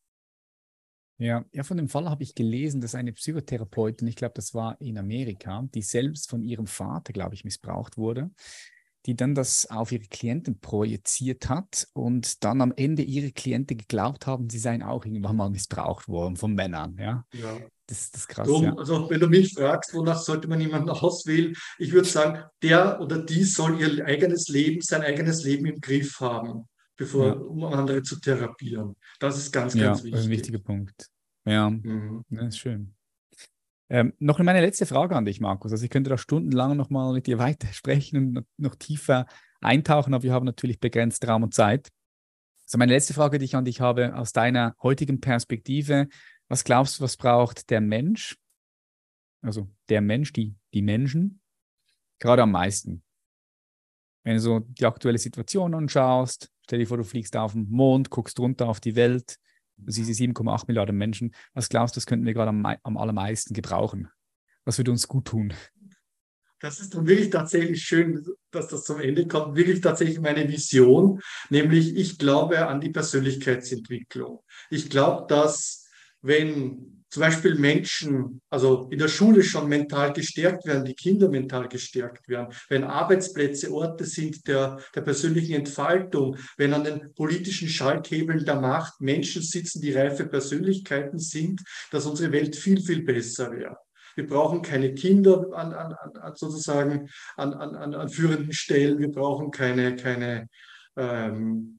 Ja, ja, von dem Fall habe ich gelesen, dass eine Psychotherapeutin, ich glaube, das war in Amerika, die selbst von ihrem Vater, glaube ich, missbraucht wurde, die dann das auf ihre Klienten projiziert hat und dann am Ende ihre Klienten geglaubt haben, sie seien auch irgendwann mal missbraucht worden von Männern. Ja, Ja. das, das ist krass, Drum, ja. also wenn du mich fragst, wonach sollte man jemanden auswählen, ich würde sagen, der oder die soll ihr eigenes Leben, sein eigenes Leben im Griff haben, Ja, bevor, um andere zu therapieren. Das ist ganz, ganz ja, das ist ein wichtig. wichtiger Punkt. Ja, Mhm. das ist schön. Ähm, noch meine letzte Frage an dich, Markus. Also ich könnte da stundenlang noch mal mit dir weiter sprechen und noch, noch tiefer eintauchen, aber wir haben natürlich begrenzt Raum und Zeit. Also meine letzte Frage, die ich an dich habe, aus deiner heutigen Perspektive, was glaubst du, was braucht der Mensch, also der Mensch, die, die Menschen, gerade am meisten? Wenn du so die aktuelle Situation anschaust, stell dir vor, du fliegst auf den Mond, guckst runter auf die Welt, du siehst die sieben Komma acht Milliarden Menschen. Was glaubst du, das könnten wir gerade am, mei- am allermeisten gebrauchen? Was würde uns gut tun? Das ist dann wirklich tatsächlich schön, dass das zum Ende kommt. Wirklich tatsächlich meine Vision, nämlich ich glaube an die Persönlichkeitsentwicklung. Ich glaube, dass wenn zum Beispiel Menschen, also in der Schule schon mental gestärkt werden, die Kinder mental gestärkt werden, wenn Arbeitsplätze Orte sind der, der persönlichen Entfaltung, wenn an den politischen Schalthebeln der Macht Menschen sitzen, die reife Persönlichkeiten sind, dass unsere Welt viel, viel besser wäre. Wir brauchen keine Kinder an, an, an sozusagen an, an, an führenden Stellen. Wir brauchen keine, keine ähm,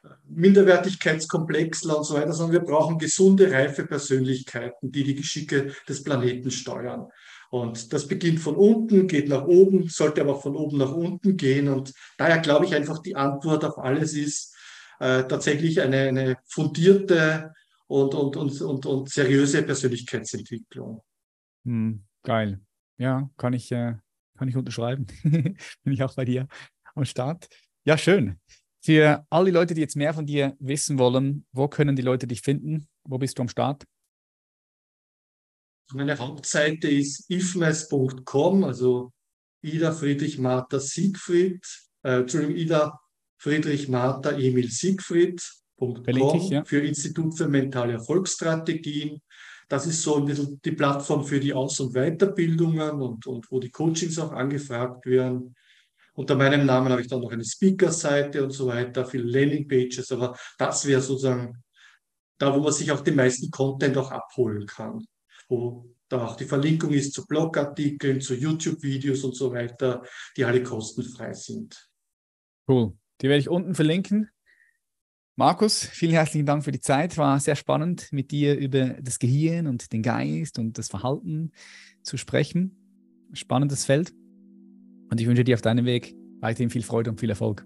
Minderwertigkeitskomplexler und so weiter, sondern wir brauchen gesunde, reife Persönlichkeiten, die die Geschicke des Planeten steuern. Und das beginnt von unten, geht nach oben, sollte aber auch von oben nach unten gehen. Und daher glaube ich einfach, die Antwort auf alles ist äh, tatsächlich eine, eine fundierte und, und, und, und, und seriöse Persönlichkeitsentwicklung. Hm, geil. Ja, kann ich, äh, kann ich unterschreiben. Bin ich auch bei dir am Start. Ja, schön. Für all die Leute, die jetzt mehr von dir wissen wollen, wo können die Leute dich finden? Wo bist du am Start? Meine Hauptseite ist ifmes punkt com, also Ida Friedrich Martha Siegfried, äh, Entschuldigung, Ida Friedrich Martha Emil Siegfried punkt com Ja. für Institut für mentale Erfolgsstrategien. Das ist so ein bisschen die Plattform für die Aus- und Weiterbildungen und, und wo die Coachings auch angefragt werden. Unter meinem Namen habe ich dann noch eine Speaker-Seite und so weiter, viele Landing-Pages, aber das wäre sozusagen da, wo man sich auch den meisten Content auch abholen kann, wo da auch die Verlinkung ist zu Blogartikeln, zu YouTube-Videos und so weiter, die alle kostenfrei sind. Cool. Die werde ich unten verlinken. Markus, vielen herzlichen Dank für die Zeit. War sehr spannend, mit dir über das Gehirn und den Geist und das Verhalten zu sprechen. Spannendes Feld. Und ich wünsche dir auf deinem Weg weiterhin viel Freude und viel Erfolg.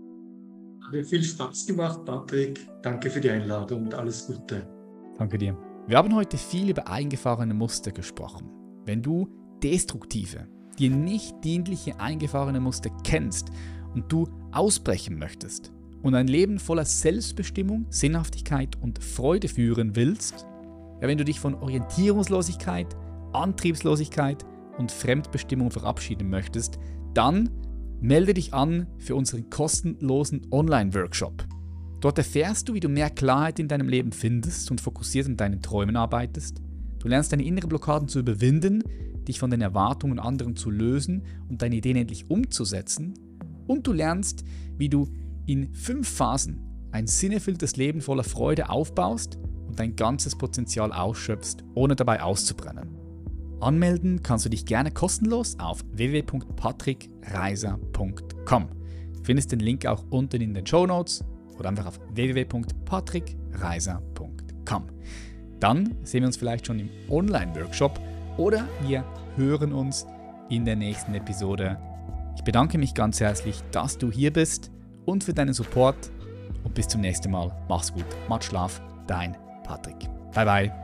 Hat mir viel Spaß gemacht, Patrick. Danke für die Einladung und alles Gute. Danke dir. Wir haben heute viel über eingefahrene Muster gesprochen. Wenn du destruktive, dir nicht dienliche eingefahrene Muster kennst und du ausbrechen möchtest und ein Leben voller Selbstbestimmung, Sinnhaftigkeit und Freude führen willst, ja, wenn du dich von Orientierungslosigkeit, Antriebslosigkeit und Fremdbestimmung verabschieden möchtest, dann melde dich an für unseren kostenlosen Online-Workshop. Dort erfährst du, wie du mehr Klarheit in deinem Leben findest und fokussiert an deinen Träumen arbeitest. Du lernst deine inneren Blockaden zu überwinden, dich von den Erwartungen anderen zu lösen und deine Ideen endlich umzusetzen. Und du lernst, wie du in fünf Phasen ein sinnerfülltes Leben voller Freude aufbaust und dein ganzes Potenzial ausschöpfst, ohne dabei auszubrennen. Anmelden kannst du dich gerne kostenlos auf w w w punkt patrick reiser punkt com. Du findest den Link auch unten in den Shownotes oder einfach auf w w w punkt patrick reiser punkt com. Dann sehen wir uns vielleicht schon im Online-Workshop oder wir hören uns in der nächsten Episode. Ich bedanke mich ganz herzlich, dass du hier bist und für deinen Support und bis zum nächsten Mal. Mach's gut, Matt Schlaf, dein Patrick. Bye bye.